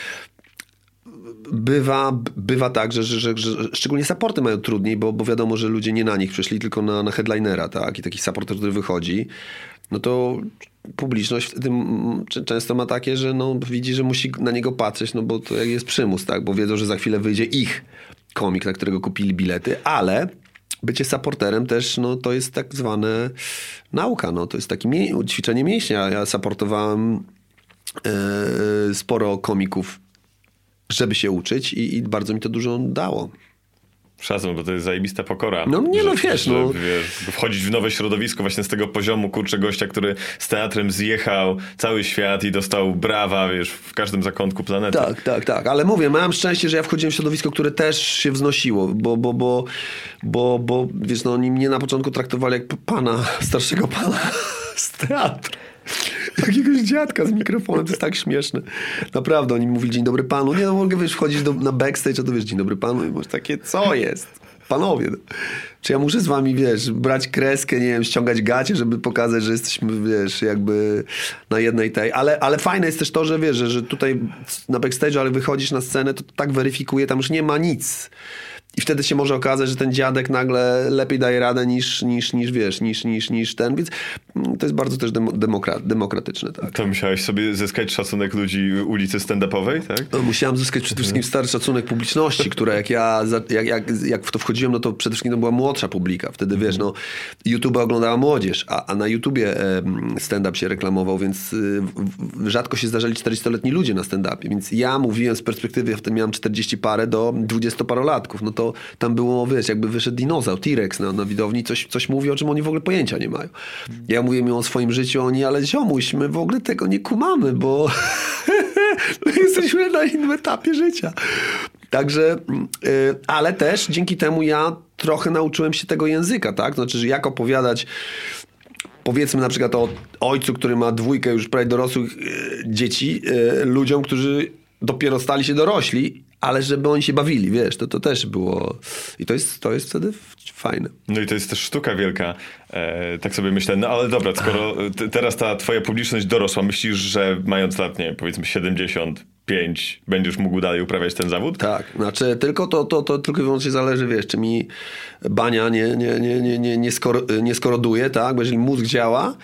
Bywa, bywa tak, że, że, że, że szczególnie supporty mają trudniej, bo, bo wiadomo, że ludzie nie na nich przyszli, tylko na, na headlinera, tak? I taki supporter, który wychodzi, no to publiczność wtedy często ma takie, że no, widzi, że musi na niego patrzeć, no bo to jest przymus, tak? Bo wiedzą, że za chwilę wyjdzie ich komik, na którego kupili bilety, ale bycie supporterem też, no to jest tak zwane nauka, no to jest takie mie- ćwiczenie mięśnia. Ja supportowałem yy, sporo komików, żeby się uczyć i, i bardzo mi to dużo dało. Szacun, bo to jest zajebista pokora. No nie, no że, wiesz, że, no. wiesz, wchodzić w nowe środowisko właśnie z tego poziomu, kurczę, gościa, który z teatrem zjechał cały świat i dostał brawa, wiesz, w każdym zakątku planety. Tak, tak, tak, ale mówię, miałem szczęście, że ja wchodziłem w środowisko, które też się wznosiło, bo, bo, bo, bo, bo wiesz, no oni mnie na początku traktowali jak pana, starszego pana z teatru. Jakiegoś dziadka z mikrofonem, to jest tak śmieszne. Naprawdę, oni mówili dzień dobry panu. Nie no, mogę wiesz, wchodzić do, na backstage, a to wiesz, dzień dobry panu i masz takie, co jest? Panowie, no. Czy ja muszę z wami, wiesz, brać kreskę, nie wiem, ściągać gacie, żeby pokazać, że jesteśmy, wiesz, jakby na jednej tej. Ale, ale fajne jest też to, że wiesz, że, że tutaj na backstage, ale wychodzisz na scenę, to tak weryfikuje, tam już nie ma nic. I wtedy się może okazać, że ten dziadek nagle lepiej daje radę niż, niż, niż wiesz, niż, niż, niż ten. Więc to jest bardzo też demokra- demokratyczne. Tak. To musiałeś sobie zyskać szacunek ludzi ulicy stand-upowej, tak? No, musiałem zyskać przede wszystkim stary szacunek publiczności, która jak ja, jak, jak, jak w to wchodziłem, no to przede wszystkim to była młodsza publika. Wtedy wiesz, no YouTube oglądała młodzież, a, a na YouTubie stand-up się reklamował, więc rzadko się zdarzali czterdziestoletni ludzie na stand-upie. Więc ja mówiłem z perspektywy, ja wtedy miałem czterdzieści parę do dwudziestoparolatków. No to tam było, wiesz, jakby wyszedł dinozaur, T-Rex na, na widowni, coś, coś mówi, o czym oni w ogóle pojęcia nie mają. Ja mówię im o swoim życiu, oni, ale ziomuś, my w ogóle tego nie kumamy, bo my jesteśmy na innym etapie życia. Także, yy, ale też dzięki temu ja trochę nauczyłem się tego języka, tak? Znaczy, że jak opowiadać, powiedzmy na przykład o ojcu, który ma dwójkę już prawie dorosłych yy, dzieci, yy, ludziom, którzy dopiero stali się dorośli, ale żeby oni się bawili, wiesz, to, to też było... I to jest, to jest wtedy fajne. No i to jest też sztuka wielka. E, tak sobie myślę, no ale dobra, skoro t- teraz ta twoja publiczność dorosła, myślisz, że mając lat, nie, powiedzmy siedemdziesiąt pięć, będziesz mógł dalej uprawiać ten zawód? Tak, znaczy tylko to, to, to tylko i wyłącznie zależy, wiesz, czy mi bania nie, nie, nie, nie, nie, nie, skoro, nie skoroduje, tak, bo jeżeli mózg działa,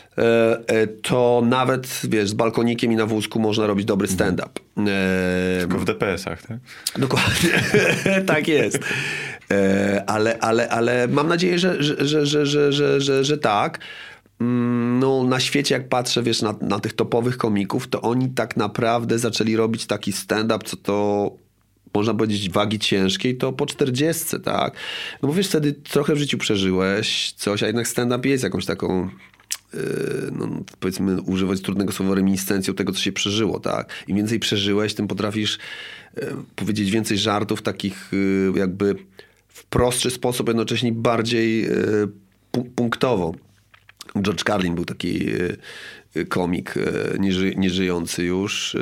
to nawet, wiesz, z balkonikiem i na wózku można robić dobry stand-up. Tylko w D P S-ach, tak? Dokładnie, tak jest. Ale, ale, ale mam nadzieję, że, że, że, że, że, że, że, że tak. No, na świecie, jak patrzę, wiesz, na, na tych topowych komików, to oni tak naprawdę zaczęli robić taki stand-up, co to... można powiedzieć wagi ciężkiej, to po czterdziestce, tak? No bo wiesz, wtedy trochę w życiu przeżyłeś coś, a jednak stand-up jest jakąś taką... no, powiedzmy, używać trudnego słowa, reminiscencją tego, co się przeżyło, tak? Im więcej przeżyłeś, tym potrafisz powiedzieć więcej żartów takich jakby w prostszy sposób, jednocześnie bardziej pu- punktowo. George Carlin był taki komik, nieży, nieżyjący już.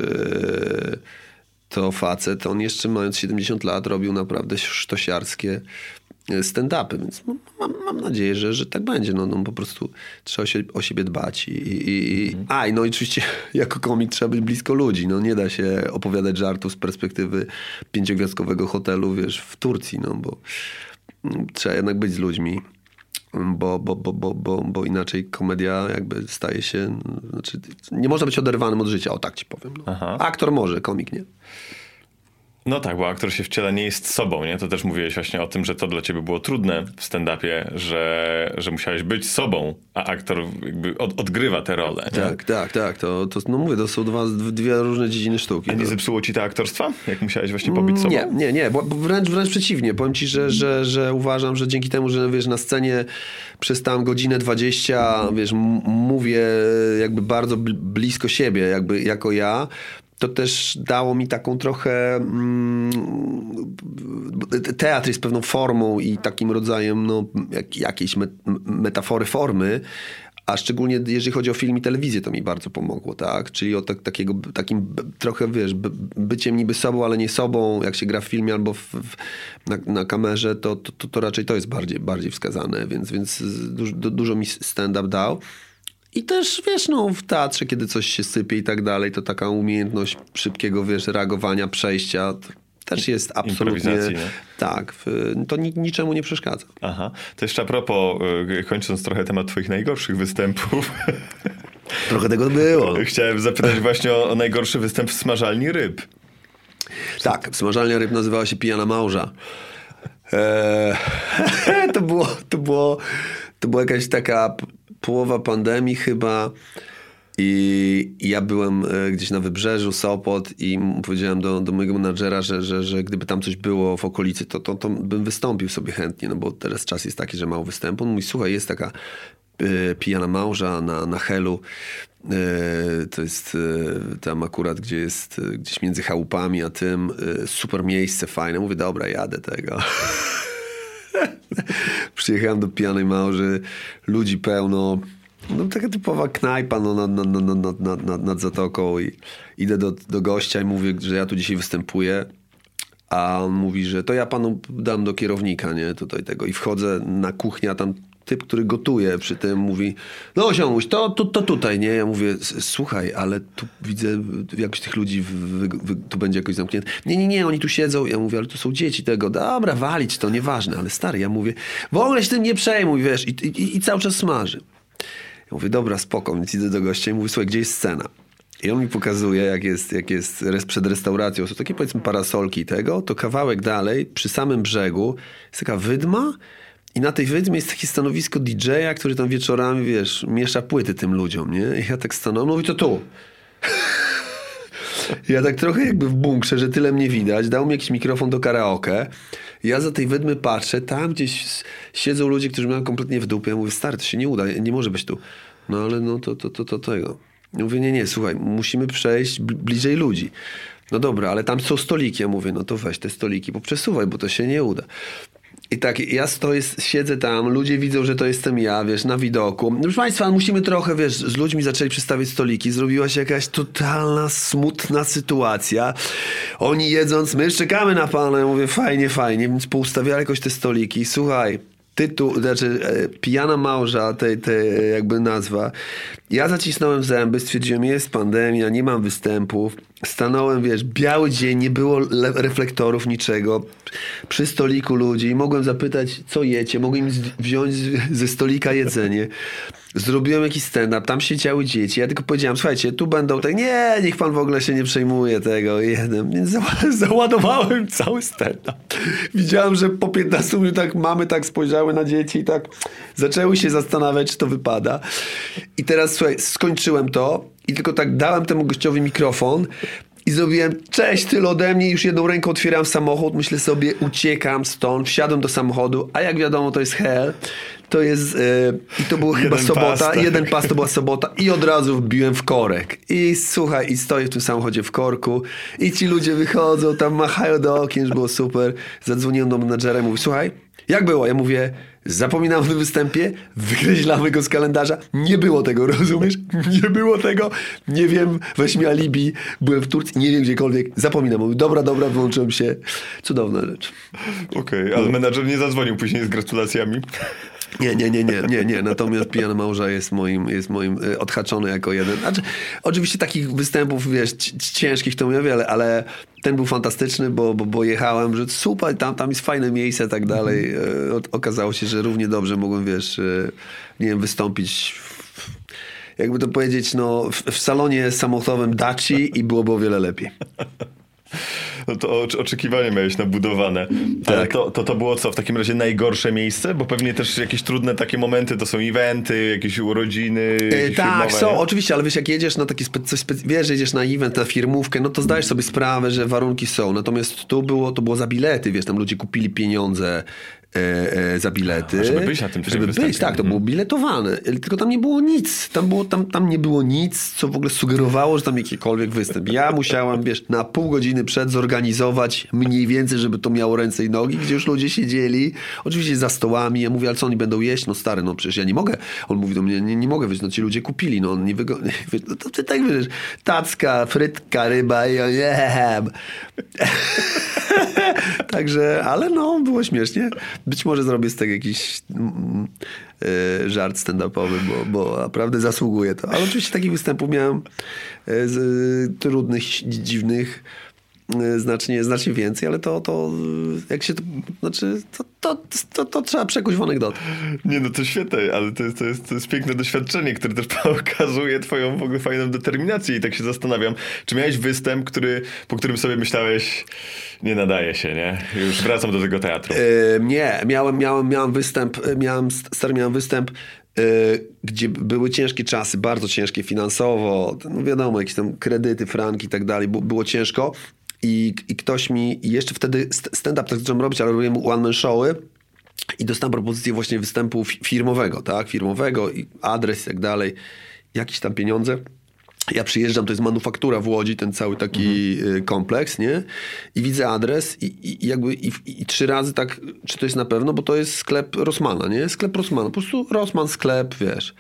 To facet, on jeszcze mając siedemdziesiąt lat robił naprawdę sztosiarskie stand-upy, więc mam, mam nadzieję, że, że tak będzie. No, no po prostu trzeba się, o siebie dbać. I, i, i, a, i no i oczywiście jako komik trzeba być blisko ludzi. No nie da się opowiadać żartów z perspektywy pięciogwiazdkowego hotelu, wiesz, w Turcji, no bo trzeba jednak być z ludźmi. Bo, bo, bo, bo, bo, bo inaczej komedia jakby staje się... Znaczy, nie można być oderwanym od życia, o tak ci powiem. No. Aktor może, komik nie. No tak, bo aktor się wciela, nie jest sobą, nie? To też mówiłeś właśnie o tym, że to dla ciebie było trudne w stand-upie, że, że musiałeś być sobą, a aktor jakby od, odgrywa tę rolę. Nie? Tak, tak, tak. To, to, no mówię, to są dwa, dwie różne dziedziny sztuki. A nie zepsuło ci to aktorstwa? Jak musiałeś właśnie pobić sobą? Nie, nie, nie. Bo wręcz, wręcz przeciwnie. Powiem ci, że, że, że uważam, że dzięki temu, że wiesz, na scenie przez tam godzinę dwadzieścia, wiesz, m- mówię jakby bardzo blisko siebie, jakby jako ja, to też dało mi taką trochę... Mm, teatr jest pewną formą i takim rodzajem no, jak, jakiejś met, metafory formy, a szczególnie jeżeli chodzi o film i telewizję, to mi bardzo pomogło, tak? Czyli o tak, takiego, takim trochę, wiesz, by, byciem niby sobą, ale nie sobą, jak się gra w filmie albo w, w, na, na kamerze, to, to, to, to raczej to jest bardziej, bardziej wskazane, więc, więc dużo, dużo mi stand-up dał. I też, wiesz, no, w teatrze, kiedy coś się sypie i tak dalej, to taka umiejętność szybkiego, wiesz, reagowania, przejścia, też jest absolutnie... Tak, to ni- niczemu nie przeszkadza. Aha. To jeszcze a propos, kończąc trochę temat twoich najgorszych występów. Trochę tego było. Chciałem zapytać właśnie o, o najgorszy występ w smażalni ryb. Tak, smażalnia ryb nazywała się Pijana Małża. Eee, to było, to było, to była jakaś taka połowa pandemii chyba. I ja byłem gdzieś na Wybrzeżu, Sopot i powiedziałem do, do mojego menadżera, że, że, że gdyby tam coś było w okolicy, to, to, to bym wystąpił sobie chętnie, no bo teraz czas jest taki, że mało występu. On mówi, słuchaj, jest taka y, pijana małża na, na Helu. Y, to jest y, tam akurat, gdzie jest y, gdzieś między chałupami a tym. Y, super miejsce, fajne. Mówię, dobra, jadę tego. Przyjechałem do pijanej małży, ludzi pełno. No taka typowa knajpa no, nad, nad, nad, nad, nad, nad zatoką i idę do, do gościa i mówię, że ja tu dzisiaj występuję, a on mówi, że to ja panu dam do kierownika, nie, tutaj tego. I wchodzę na kuchnię, a tam typ, który gotuje przy tym mówi, no ziomuś, to, to, to tutaj, nie. Ja mówię, słuchaj, ale tu widzę jakoś tych ludzi, wy, wy, tu będzie jakoś zamknięte. Nie, nie, nie, oni tu siedzą. Ja mówię, ale to są dzieci tego. Dobra, walić to, nieważne, ale stary, ja mówię, w ogóle się tym nie przejmuj, wiesz, i, i, i cały czas smaży. Ja mówię, dobra, spoko, więc idę do gościa i mówię, słuchaj, gdzie jest scena? I on mi pokazuje, jak jest, jak jest przed restauracją, są takie powiedzmy parasolki tego, to kawałek dalej, przy samym brzegu jest taka wydma i na tej wydmie jest takie stanowisko didżeja, który tam wieczorami, wiesz, miesza płyty tym ludziom, nie? I ja tak stanąłem, mówi, to tu. Ja tak trochę jakby w bunkrze, że tyle mnie widać, dał mi jakiś mikrofon do karaoke. Ja za tej wydmy patrzę, tam gdzieś siedzą ludzie, którzy mają kompletnie w dupie. Ja mówię, stary, to się nie uda, nie może być tu. No ale no to, to, to, to tego. Ja mówię, nie, nie, słuchaj, musimy przejść bliżej ludzi. No dobra, ale tam są stoliki. Ja mówię, no to weź te stoliki, poprzesuwaj, bo to się nie uda. I tak, ja stoję, siedzę tam, ludzie widzą, że to jestem ja, wiesz, na widoku. Proszę państwa, musimy trochę, wiesz, z ludźmi zaczęli przestawiać stoliki. Zrobiła się jakaś totalna, smutna sytuacja. Oni jedząc, my czekamy na pana. Ja mówię, fajnie, fajnie, więc poustawiali jakoś te stoliki. Słuchaj, tytuł, znaczy e, pijana małża, tej te, jakby nazwa. Ja zacisnąłem zęby, stwierdziłem, jest pandemia, nie mam występów. Stanąłem, wiesz, biały dzień, nie było le- reflektorów, niczego. Przy stoliku ludzi i mogłem zapytać, co jecie. Mogłem im z- wziąć z- ze stolika jedzenie. Zrobiłem jakiś stand-up, tam siedziały dzieci. Ja tylko powiedziałem, słuchajcie, tu będą tak, nie, niech pan w ogóle się nie przejmuje tego. Jeden. Więc za- załadowałem cały stand-up. Widziałem, że po piętnastu minutach mamy tak spojrzały na dzieci i tak zaczęły się zastanawiać, czy to wypada. I teraz, słuchaj, skończyłem to i tylko tak dałem temu gościowi mikrofon i zrobiłem, cześć, tyle ode mnie, już jedną ręką otwieram samochód, myślę sobie, uciekam stąd, wsiadłem do samochodu, a jak wiadomo, to jest hell, to jest, yy, i to było chyba Jeden sobota, pas, tak. jeden pas to była sobota i od razu wbiłem w korek. I słuchaj, i stoję w tym samochodzie w korku i ci ludzie wychodzą, tam machają do okien, że było super. Zadzwoniłem do menadżera i mówię, słuchaj, jak było? Ja mówię, zapominamy o występie, wykreślamy go z kalendarza. Nie było tego, rozumiesz? Nie było tego. Nie wiem, weź mi alibi. Byłem w Turcji, nie wiem gdziekolwiek. Zapominam. Mówię, dobra, dobra, wyłączyłem się. Cudowna rzecz. Okej, okay, ale menadżer nie zadzwonił później z gratulacjami? Nie, nie, nie, nie, nie, nie. Natomiast pijana małża jest moim, jest moim y, odhaczony jako jeden. Znaczy, oczywiście takich występów, wiesz, c- ciężkich to miałem wiele, ale ten był fantastyczny, bo, bo, bo jechałem, że super, tam, tam jest fajne miejsce i tak dalej. Y, o- okazało się, że równie dobrze mogłem, wiesz, y, nie wiem, wystąpić w, jakby to powiedzieć, no, w, w salonie samochodowym Daci i byłoby o wiele lepiej. No to oczekiwanie miałeś nabudowane. Ale Tak. to, to, to było co? W takim razie najgorsze miejsce? Bo pewnie też jakieś trudne takie momenty, to są eventy, jakieś urodziny, jakieś Tak, firmowe, są, nie? oczywiście, ale wiesz, jak jedziesz na taki spe- coś spe- wiesz, że jedziesz na event, na firmówkę, no to zdajesz sobie sprawę, że warunki są. Natomiast tu było, to było za bilety, wiesz, tam ludzie kupili pieniądze e, e, za bilety. A, żeby być na tym twoim Żeby występie. być, tak, to było biletowane. Tylko tam nie było nic. Tam, było, tam, tam nie było nic, co w ogóle sugerowało, że tam jakikolwiek występ. Ja musiałem, wiesz, na pół godziny przed zorganizować mniej więcej, żeby to miało ręce i nogi, gdzie już ludzie siedzieli, oczywiście za stołami. Ja mówię, ale co oni będą jeść? No stary, no przecież ja nie mogę. On mówi do mnie, nie, nie mogę wyjść, no ci ludzie kupili, no nie wygo... No to ty tak wiesz, tacka, frytka, ryba i ja nie wiem. Także, ale no, było śmiesznie. Być może zrobię z tego jakiś mm, y, żart stand-upowy, bo, bo naprawdę zasługuje to. Ale oczywiście takich występów miałem y, z, y, trudnych, dziwnych. znacznie, znacznie więcej, ale to, to jak się to, znaczy, to, to, to, to trzeba przekuć w anegdotę. Nie, no to świetne, ale to jest, to, jest, to jest piękne doświadczenie, które też pokazuje twoją w ogóle fajną determinację i tak się zastanawiam, czy miałeś występ, który, po którym sobie myślałeś, nie nadaje się, nie? Już wracam do tego teatru. Yy, nie, miałem, miałem, miałem występ, miałem, stary miałem występ, yy, gdzie były ciężkie czasy, bardzo ciężkie finansowo, no wiadomo, jakieś tam kredyty, franki i tak dalej, było ciężko. I, I ktoś mi, i jeszcze wtedy stand-up tak zacząłem robić, ale robiłem one-man showy i dostałem propozycję właśnie występu firmowego, tak, firmowego i adres i tak dalej, jakieś tam pieniądze. Ja przyjeżdżam, to jest manufaktura w Łodzi, ten cały taki mhm. kompleks, nie? I widzę adres i, i jakby i, i, i trzy razy tak, czy to jest na pewno, bo to jest sklep Rossmana, nie? Sklep Rossmana, po prostu Rossmann sklep, wiesz.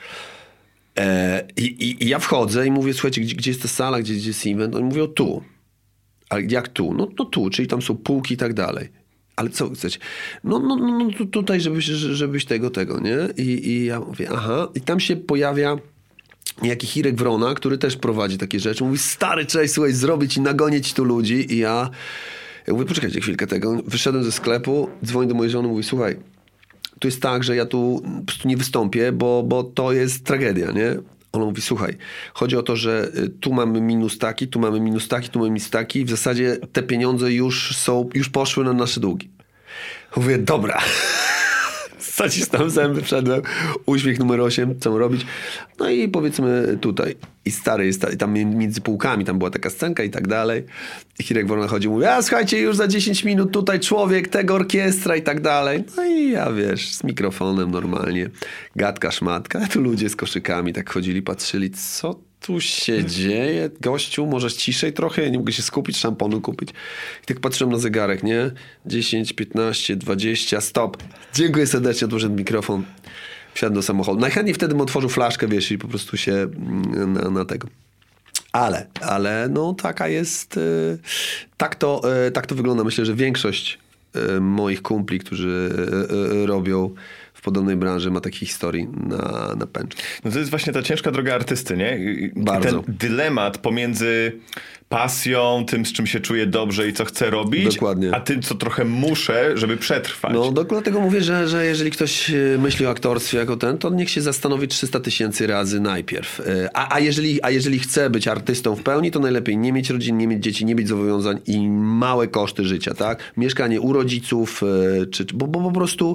E, i, i, I ja wchodzę i mówię, słuchajcie, gdzie, gdzie jest ta sala, gdzie, gdzie jest event? Oni mówią, tu. Ale jak tu? No, no tu, czyli tam są półki i tak dalej. Ale co chcecie? No, no, no, no tutaj, żebyś, żebyś tego, tego, nie? I, I ja mówię, aha. I tam się pojawia niejaki Hirek Wrona, który też prowadzi takie rzeczy. Mówi, stary, cześć, słuchaj, zrobić i nagonić tu ludzi. I ja, ja mówię, poczekajcie chwilkę tego. Wyszedłem ze sklepu, dzwonię do mojej żony, mówi, słuchaj, tu jest tak, że ja tu po prostu nie wystąpię, bo, bo to jest tragedia, nie? Ona mówi, słuchaj, chodzi o to, że tu mamy minus taki, tu mamy minus taki, tu mamy minus taki i w zasadzie te pieniądze już są, już poszły na nasze długi. Mówię, dobra. Zacisnąłem zęby, wszedłem, uśmiech numer osiem, co mam robić? No i powiedzmy tutaj. I stary jest, i tam między półkami, tam była taka scenka i tak dalej. I Hirek Wolna chodzi, mówi, a słuchajcie, już za dziesięć minut tutaj człowiek, tego orkiestra i tak dalej. No i ja, wiesz, z mikrofonem normalnie, gadka, szmatka, a tu ludzie z koszykami tak chodzili, patrzyli, co tu się dzieje? Gościu, możesz ciszej trochę? Ja nie mogę się skupić, szamponu kupić. I tak patrzyłem na zegarek, nie? dziesięć, piętnaście, dwadzieścia, stop. Dziękuję serdecznie, odłożyłem mikrofon. Wsiadłem do samochodu. Najchętniej wtedy bym otworzył flaszkę, wiesz, i po prostu się na, na tego. Ale, ale no taka jest, yy, tak, to, yy, tak to wygląda. Myślę, że większość yy, moich kumpli, którzy yy, yy, robią w podobnej branży, ma takich historii na, na pęcz. No to jest właśnie ta ciężka droga artysty, nie? Bardzo. Ten dylemat pomiędzy pasją, tym, z czym się czuję dobrze i co chcę robić, dokładnie, a tym, co trochę muszę, żeby przetrwać. No dlatego mówię, że, że jeżeli ktoś myśli o aktorstwie jako ten, to niech się zastanowi trzysta tysięcy razy najpierw. A, a, jeżeli, a jeżeli chce być artystą w pełni, to najlepiej nie mieć rodzin, nie mieć dzieci, nie mieć zobowiązań i małe koszty życia, tak? Mieszkanie u rodziców, czy, bo, bo po prostu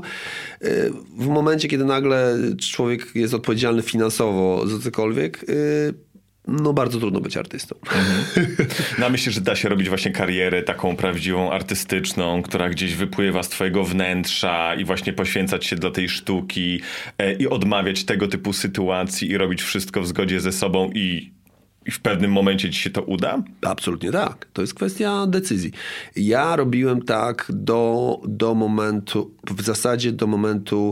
w momencie, kiedy nagle człowiek jest odpowiedzialny finansowo za cokolwiek, no bardzo trudno być artystą. Mhm. No myślę, że da się robić właśnie karierę taką prawdziwą, artystyczną, która gdzieś wypływa z twojego wnętrza i właśnie poświęcać się dla tej sztuki e, i odmawiać tego typu sytuacji i robić wszystko w zgodzie ze sobą i, i w pewnym momencie ci się to uda? Absolutnie tak. To jest kwestia decyzji. Ja robiłem tak do, do momentu, w zasadzie do momentu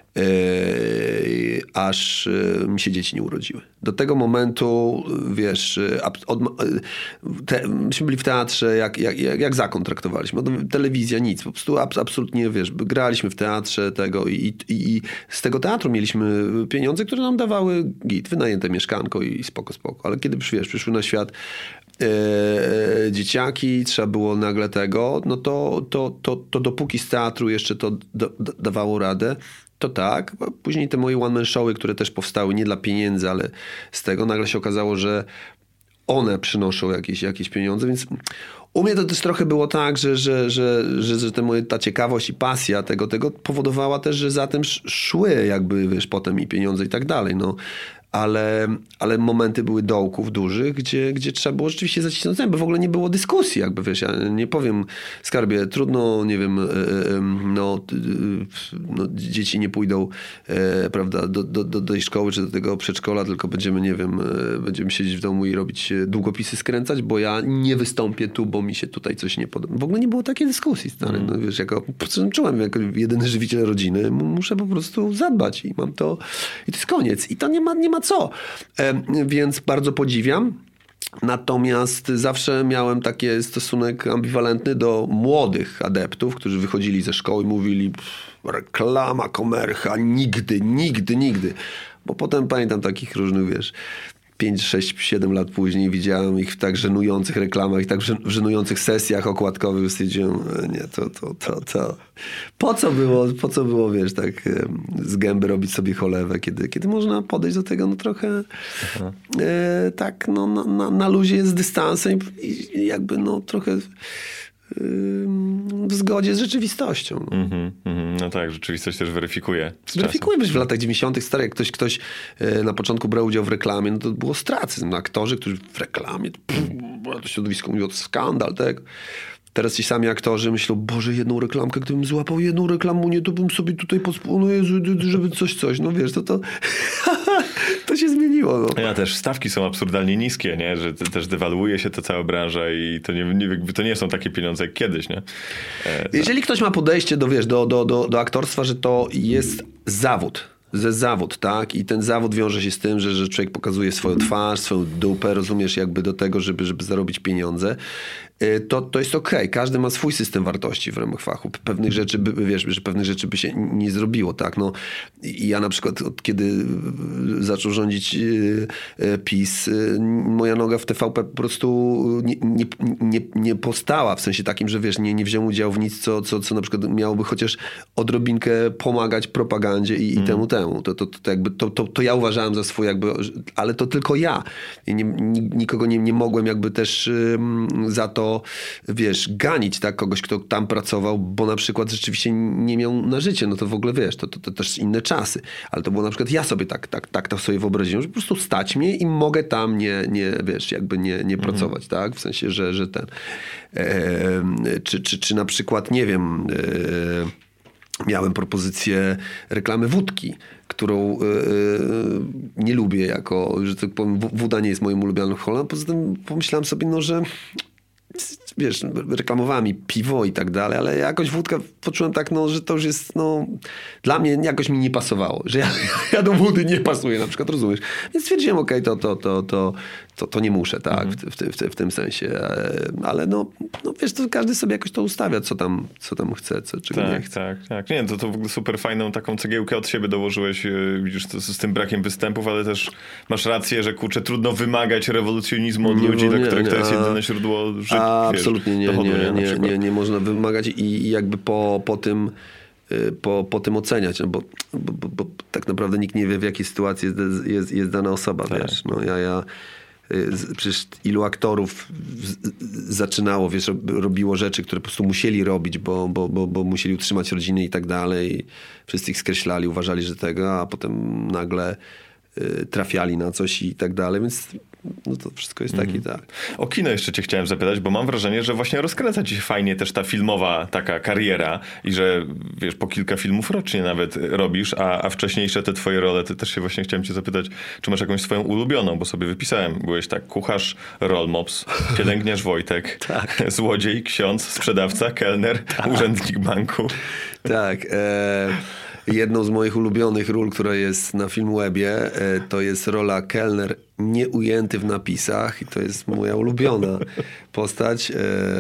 Yy, aż yy, mi się dzieci nie urodziły. Do tego momentu, wiesz, ab, od, te, myśmy byli w teatrze, jak, jak, jak, jak zakon traktowaliśmy. Telewizja, nic. Po prostu ab, absolutnie, wiesz, graliśmy w teatrze tego i, i, i z tego teatru mieliśmy pieniądze, które nam dawały git, wynajęte mieszkanko i spoko, spoko. Ale kiedy, wiesz, przyszły na świat Yy, dzieciaki, trzeba było nagle tego, no to, to, to, to dopóki z teatru jeszcze to do, do, dawało radę, to tak. Później te moje one-man showy, które też powstały nie dla pieniędzy, ale z tego nagle się okazało, że one przynoszą jakieś, jakieś pieniądze, więc u mnie to też trochę było tak, że, że, że, że, że te moje, ta ciekawość i pasja tego, tego powodowała też, że za tym szły jakby, wiesz, potem i pieniądze i tak dalej, no. Ale, ale momenty były dołków dużych, gdzie, gdzie trzeba było rzeczywiście zacisnąć zęby. W ogóle nie było dyskusji, jakby, wiesz, ja nie powiem, skarbie, trudno, nie wiem, no, no dzieci nie pójdą, prawda, do, do, do tej szkoły czy do tego przedszkola, tylko będziemy, nie wiem, będziemy siedzieć w domu i robić długopisy, skręcać, bo ja nie wystąpię tu, bo mi się tutaj coś nie podoba. W ogóle nie było takiej dyskusji, stary. No, wiesz, jako, czułem, jako jedyny żywiciel rodziny, muszę po prostu zadbać i mam to, i to jest koniec. I to nie ma, nie ma co. E, więc bardzo podziwiam. Natomiast zawsze miałem taki stosunek ambiwalentny do młodych adeptów, którzy wychodzili ze szkoły i mówili reklama, komercha, nigdy, nigdy, nigdy. Bo potem pamiętam takich różnych, wiesz, pięć, sześć, siedem lat później widziałem ich w tak żenujących reklamach i tak w żenujących sesjach okładkowych. Stwierdziłem, nie, to, to, to, to. Po co było, po co było, wiesz, tak z gęby robić sobie cholewę, kiedy, kiedy można podejść do tego, no trochę e, tak, no na, na, na luzie z dystansem i, i jakby, no trochę w zgodzie z rzeczywistością. No, mm-hmm, mm-hmm. no tak, rzeczywistość też weryfikuje. Weryfikuje, byś w latach dziewięćdziesiątych stary, jak ktoś, ktoś na początku brał udział w reklamie, no to było stracyzm. No, aktorzy, którzy w reklamie, to, pff, to środowisko mówiło, to skandal, tak? Teraz ci sami aktorzy myślą, Boże, jedną reklamkę, gdybym złapał jedną reklamę, to bym sobie tutaj pospół, no Jezu, żeby coś, coś. No wiesz, to to, to się zmieniło. No. Ja też stawki są absurdalnie niskie, nie? Że też dewaluuje się ta cała branża i to nie, nie, to nie są takie pieniądze jak kiedyś, nie? E, Jeżeli ktoś ma podejście do, wiesz, do, do, do, do aktorstwa, że to jest zawód, ze zawód, tak? I ten zawód wiąże się z tym, że, że człowiek pokazuje swoją twarz, swoją dupę, rozumiesz, jakby do tego, żeby, żeby zarobić pieniądze. To, to jest okej. Okay. Każdy ma swój system wartości w ramach fachu. Pewnych rzeczy by, wiesz, że pewnych rzeczy by się nie zrobiło, tak? No, i ja na przykład od kiedy zaczął rządzić PiS, moja noga w T V P po prostu nie, nie, nie, nie postała, w sensie takim, że wiesz, nie, nie wziąłem udziału w nic, co, co, co na przykład miałoby chociaż odrobinkę pomagać propagandzie i, i mm. temu, temu. To, to, to, jakby, to, to, to ja uważałem za swój jakby, ale to tylko ja. I nie, nikogo nie, nie mogłem jakby też za to wiesz, ganić tak, kogoś, kto tam pracował, bo na przykład rzeczywiście nie miał na życie, no to w ogóle wiesz, to, to, to też inne czasy. Ale to było na przykład, ja sobie tak, tak, tak to sobie wyobraziłem, że po prostu stać mnie i mogę tam nie, nie wiesz, jakby nie, nie pracować, mhm. tak? W sensie, że, że ten... E, czy, czy, czy na przykład, nie wiem... E, miałem propozycję reklamy wódki, którą yy, nie lubię jako, że tak powiem, woda nie jest moim ulubionym alkoholem. Poza tym pomyślałem sobie, no, że wiesz, reklamowała mi piwo i tak dalej, ale jakoś wódkę poczułem tak, no, że to już jest, no, dla mnie jakoś mi nie pasowało, że ja, ja do wody nie pasuję, na przykład, rozumiesz? Więc stwierdziłem, okej, okay, to, to, to, to, to, to nie muszę, tak, mm. w, w, w, w tym sensie, ale no, no, wiesz, to każdy sobie jakoś to ustawia, co tam, co tam chce, co, czego tak, nie chce. Tak, tak, nie, to, to w ogóle super fajną taką cegiełkę od siebie dołożyłeś, widzisz, to, z tym brakiem występów, ale też masz rację, że kurczę, trudno wymagać rewolucjonizmu od ludzi, dla których to jest jedyne źródło życia. Absolutnie nie, nie, nie, nie, nie, nie można wymagać i, i jakby po, po tym po, po tym oceniać, no bo, bo, bo, bo tak naprawdę nikt nie wie, w jakiej sytuacji jest, jest, jest dana osoba, tak. Wiesz, no ja, ja przecież ilu aktorów zaczynało, wiesz, robiło rzeczy, które po prostu musieli robić, bo, bo, bo, bo musieli utrzymać rodziny i tak dalej. Wszyscy ich skreślali, uważali, że tego, a potem nagle trafiali na coś i tak dalej, więc no to wszystko jest mm. taki, tak. O kino jeszcze cię chciałem zapytać, bo mam wrażenie, że właśnie rozkręca ci się fajnie też ta filmowa taka kariera i że wiesz, po kilka filmów rocznie nawet robisz, a, a wcześniejsze te twoje role, to też się właśnie chciałem cię zapytać, czy masz jakąś swoją ulubioną, bo sobie wypisałem, byłeś tak kucharz, rollmops, pielęgniarz Wojtek, tak. złodziej, ksiądz, sprzedawca, kelner, tak. urzędnik banku. Tak, e... Jedną z moich ulubionych ról, która jest na Filmwebie, to jest rola kelner nieujęty w napisach i to jest moja ulubiona postać.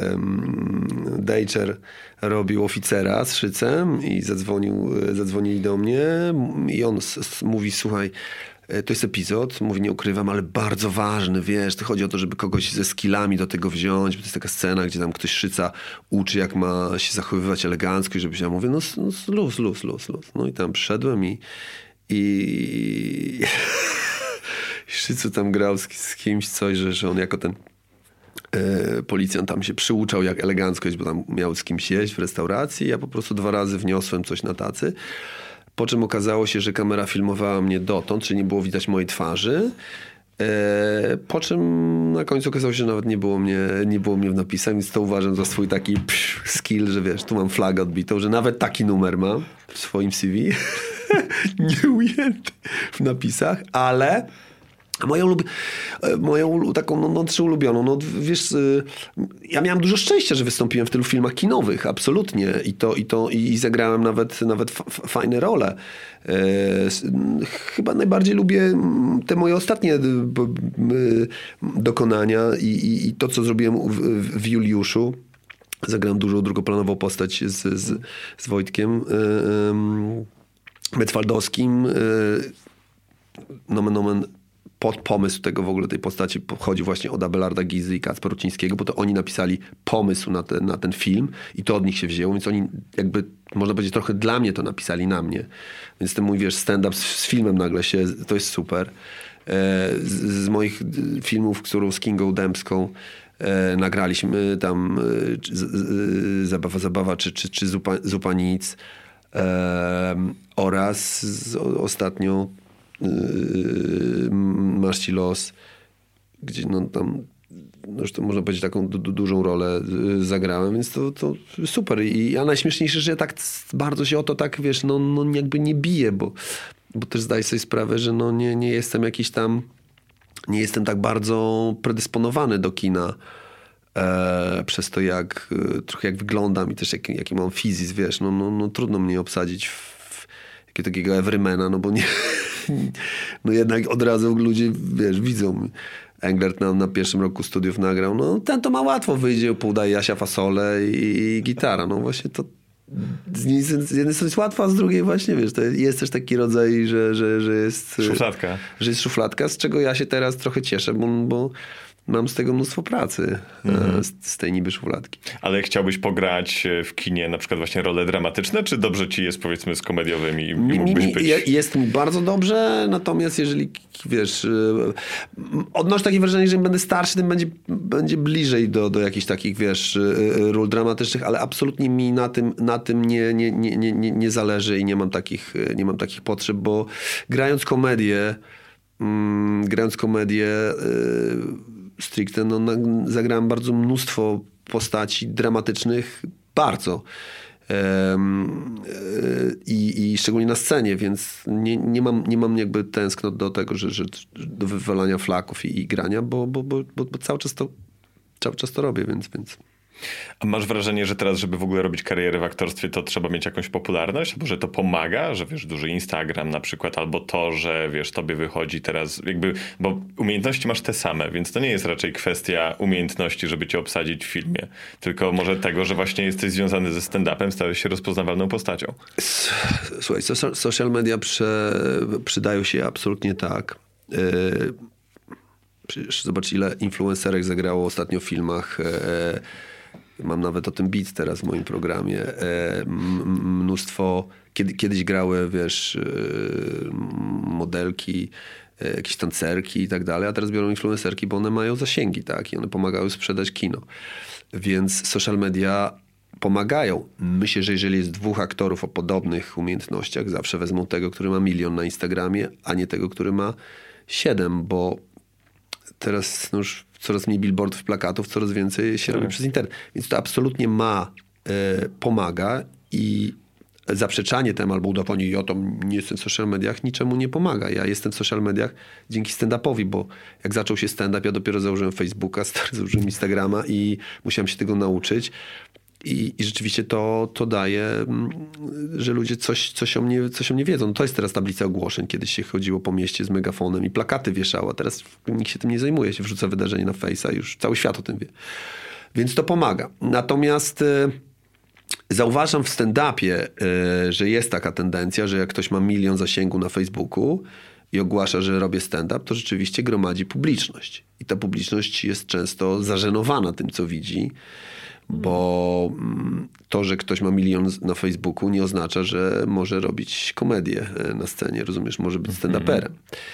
Dejczer robił oficera z szycem i zadzwonił, zadzwonili do mnie i on mówi, słuchaj, to jest epizod, mówi, nie ukrywam, ale bardzo ważny, wiesz, to chodzi o to, żeby kogoś ze skillami do tego wziąć, bo to jest taka scena, gdzie tam ktoś szyca uczy, jak ma się zachowywać elegancko i żeby się, ja mówię, no, no luz, luz, luz, luz. No i tam przyszedłem i i Szycu tam grał z, z kimś coś, że, że on jako ten e, policjant tam się przyuczał, jak elegancko jest, bo tam miał z kimś jeść w restauracji. Ja po prostu dwa razy wniosłem coś na tacy. Po czym okazało się, że kamera filmowała mnie dotąd, czyli nie było widać mojej twarzy. E, po czym na końcu okazało się, że nawet nie było mnie, nie było mnie w napisach, więc to uważam za swój taki psz, skill, że wiesz, tu mam flagę odbitą, że nawet taki numer mam w swoim C V. Nieujęty w napisach, ale moją, lub... moją taką no, no, trzy ulubioną, no wiesz, ja miałem dużo szczęścia, że wystąpiłem w tylu filmach kinowych, absolutnie. I to, i to i zagrałem nawet, nawet f- fajne role. E, chyba najbardziej lubię te moje ostatnie dokonania i, i, i to, co zrobiłem w, w Juliuszu. Zagrałem dużą drugoplanową postać z, z, z Wojtkiem e, Metwaldowskim. E, nomen omen pod pomysł tego w ogóle tej postaci pochodzi właśnie od Abelarda Gizy i Kacpra Rucińskiego, bo to oni napisali pomysł na, te, na ten film i to od nich się wzięło, więc oni jakby, można powiedzieć, trochę dla mnie to napisali na mnie. Więc ten mój, wiesz, stand-up z, z filmem nagle się, to jest super. Z, z moich filmów, którą z Kingą Dębską e, nagraliśmy tam e, z, z, Zabawa, Zabawa czy, czy, czy Zupa, Zupa Nic e, oraz z, o, ostatnio e, Masz ci los, gdzie no tam no już to można powiedzieć taką du, du, dużą rolę y, zagrałem, więc to, to super. I, a najśmieszniejsze, że ja tak bardzo się o to tak, wiesz, no, no jakby nie biję, bo, bo też zdaję sobie sprawę, że no nie, nie jestem jakiś tam, nie jestem tak bardzo predysponowany do kina e, przez to, jak e, trochę jak wyglądam i też jaki, jaki mam fizizm, wiesz, no, no, no trudno mnie obsadzić w, w jakiego takiego everymana, no bo nie, no jednak od razu ludzie, wiesz, widzą. Englert na, na pierwszym roku studiów nagrał, no ten to ma łatwo, wyjdzie, podaje Jasia Fasolę i, i gitara. No właśnie to z, z jednej strony jest łatwo, a z drugiej właśnie, wiesz, to jest też taki rodzaj, że, że, że jest... Szufladka. Że jest szufladka, z czego ja się teraz trochę cieszę, bo, bo mam z tego mnóstwo pracy, mm-hmm. z, z tej niby szufladki. Ale chciałbyś pograć w kinie na przykład właśnie role dramatyczne, czy dobrze ci jest, powiedzmy, z komediowymi i mi, mógłbyś mi, być... Jest mi bardzo dobrze, natomiast jeżeli, wiesz, odnoszę takie wrażenie, że im będę starszy, tym będzie, będzie bliżej do, do jakichś takich, wiesz, ról dramatycznych, ale absolutnie mi na tym, na tym nie, nie, nie, nie, nie zależy i nie mam takich, nie mam takich potrzeb, bo grając komedię, mm, grając komedię, yy, stricte, no, na, zagrałem bardzo mnóstwo postaci dramatycznych, bardzo. Um, i, i szczególnie na scenie, więc nie, nie, mam, nie mam jakby tęsknot do tego, że, że do wywalania flaków i, i grania, bo, bo, bo, bo, bo cały czas to cały czas to robię, więc... więc. A masz wrażenie, że teraz, żeby w ogóle robić karierę w aktorstwie, to trzeba mieć jakąś popularność? Albo że to pomaga? Że wiesz, duży Instagram na przykład, albo to, że wiesz, tobie wychodzi teraz jakby, bo umiejętności masz te same, więc to nie jest raczej kwestia umiejętności, żeby cię obsadzić w filmie, tylko może tego, że właśnie jesteś związany ze stand-upem, stałeś się rozpoznawalną postacią. Słuchaj, social media prze, przydają się absolutnie tak. Yy, przecież zobacz, ile influencerek zagrało ostatnio w filmach. Yy, Mam nawet o tym beat teraz w moim programie. E, m- mnóstwo, kiedy, kiedyś grały, wiesz, e, modelki, e, jakieś tancerki i tak dalej, a teraz biorą influencerki, bo one mają zasięgi, tak? I one pomagają sprzedać kino. Więc social media pomagają. Myślę, że jeżeli jest dwóch aktorów o podobnych umiejętnościach, zawsze wezmą tego, który ma milion na Instagramie, a nie tego, który ma siedem, bo teraz no już coraz mniej billboardów, plakatów, coraz więcej się tak robi przez internet. Więc to absolutnie ma, e, pomaga i zaprzeczanie temu albo udowadnienie, ja tam nie jestem w social mediach, niczemu nie pomaga. Ja jestem w social mediach dzięki stand-upowi, bo jak zaczął się stand-up, ja dopiero założyłem Facebooka, założyłem Instagrama i musiałem się tego nauczyć. I, I rzeczywiście to, to daje, że ludzie coś, coś, o mnie, coś o mnie wiedzą. To jest teraz tablica ogłoszeń. Kiedyś się chodziło po mieście z megafonem i plakaty wieszało, a teraz nikt się tym nie zajmuje. Się wrzuca wydarzenie na Face'a i już cały świat o tym wie. Więc to pomaga. Natomiast e, zauważam w stand-upie, e, że jest taka tendencja, że jak ktoś ma milion zasięgu na Facebooku i ogłasza, że robię stand-up, to rzeczywiście gromadzi publiczność. I ta publiczność jest często zażenowana tym, co widzi. Bo to, że ktoś ma milion na Facebooku, nie oznacza, że może robić komedię na scenie, rozumiesz, może być stand-uperem.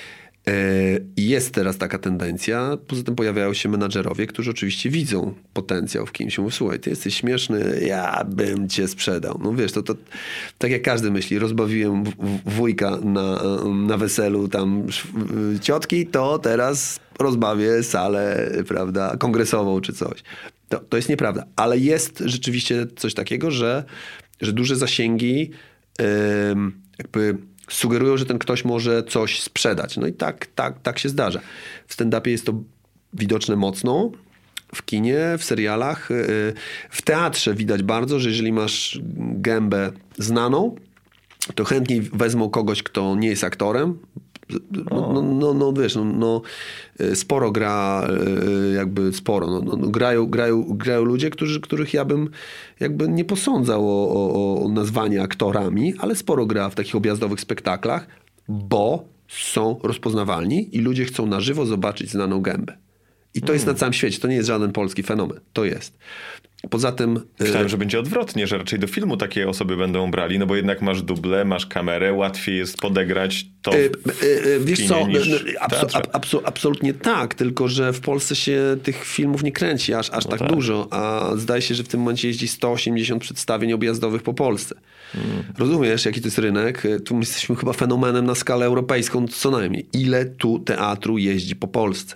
I jest teraz taka tendencja, poza tym pojawiają się menadżerowie, którzy oczywiście widzą potencjał w kimś. Mówią, słuchaj, ty jesteś śmieszny, ja bym cię sprzedał. No wiesz, to, to tak jak każdy myśli, rozbawiłem wujka na, na weselu tam ciotki, to teraz rozbawię salę, prawda, kongresową czy coś. To, to jest nieprawda, ale jest rzeczywiście coś takiego, że, że duże zasięgi yy, jakby sugerują, że ten ktoś może coś sprzedać. No i tak, tak, tak się zdarza. W stand-upie jest to widoczne mocno, w kinie, w serialach. Yy, w teatrze widać bardzo, że jeżeli masz gębę znaną, to chętniej wezmą kogoś, kto nie jest aktorem. No, no, no, no wiesz, no, no, sporo gra, jakby sporo. No, no, grają, grają, grają ludzie, którzy, których ja bym jakby nie posądzał o, o, o nazwanie aktorami, ale sporo gra w takich objazdowych spektaklach, bo są rozpoznawalni i ludzie chcą na żywo zobaczyć znaną gębę. I to mm. jest na całym świecie. To nie jest żaden polski fenomen. To jest. Poza tym... Myślałem, że będzie odwrotnie, że raczej do filmu takie osoby będą brali, no bo jednak masz duble, masz kamerę, łatwiej jest podegrać to w, w Wiesz kinie co, niż abso, abso, absolutnie tak, tylko że w Polsce się tych filmów nie kręci aż, aż no tak, tak dużo, a zdaje się, że w tym momencie jeździ sto osiemdziesiąt przedstawień objazdowych po Polsce. Hmm. Rozumiesz, jaki to jest rynek? Tu my jesteśmy chyba fenomenem na skalę europejską co najmniej. Ile tu teatru jeździ po Polsce?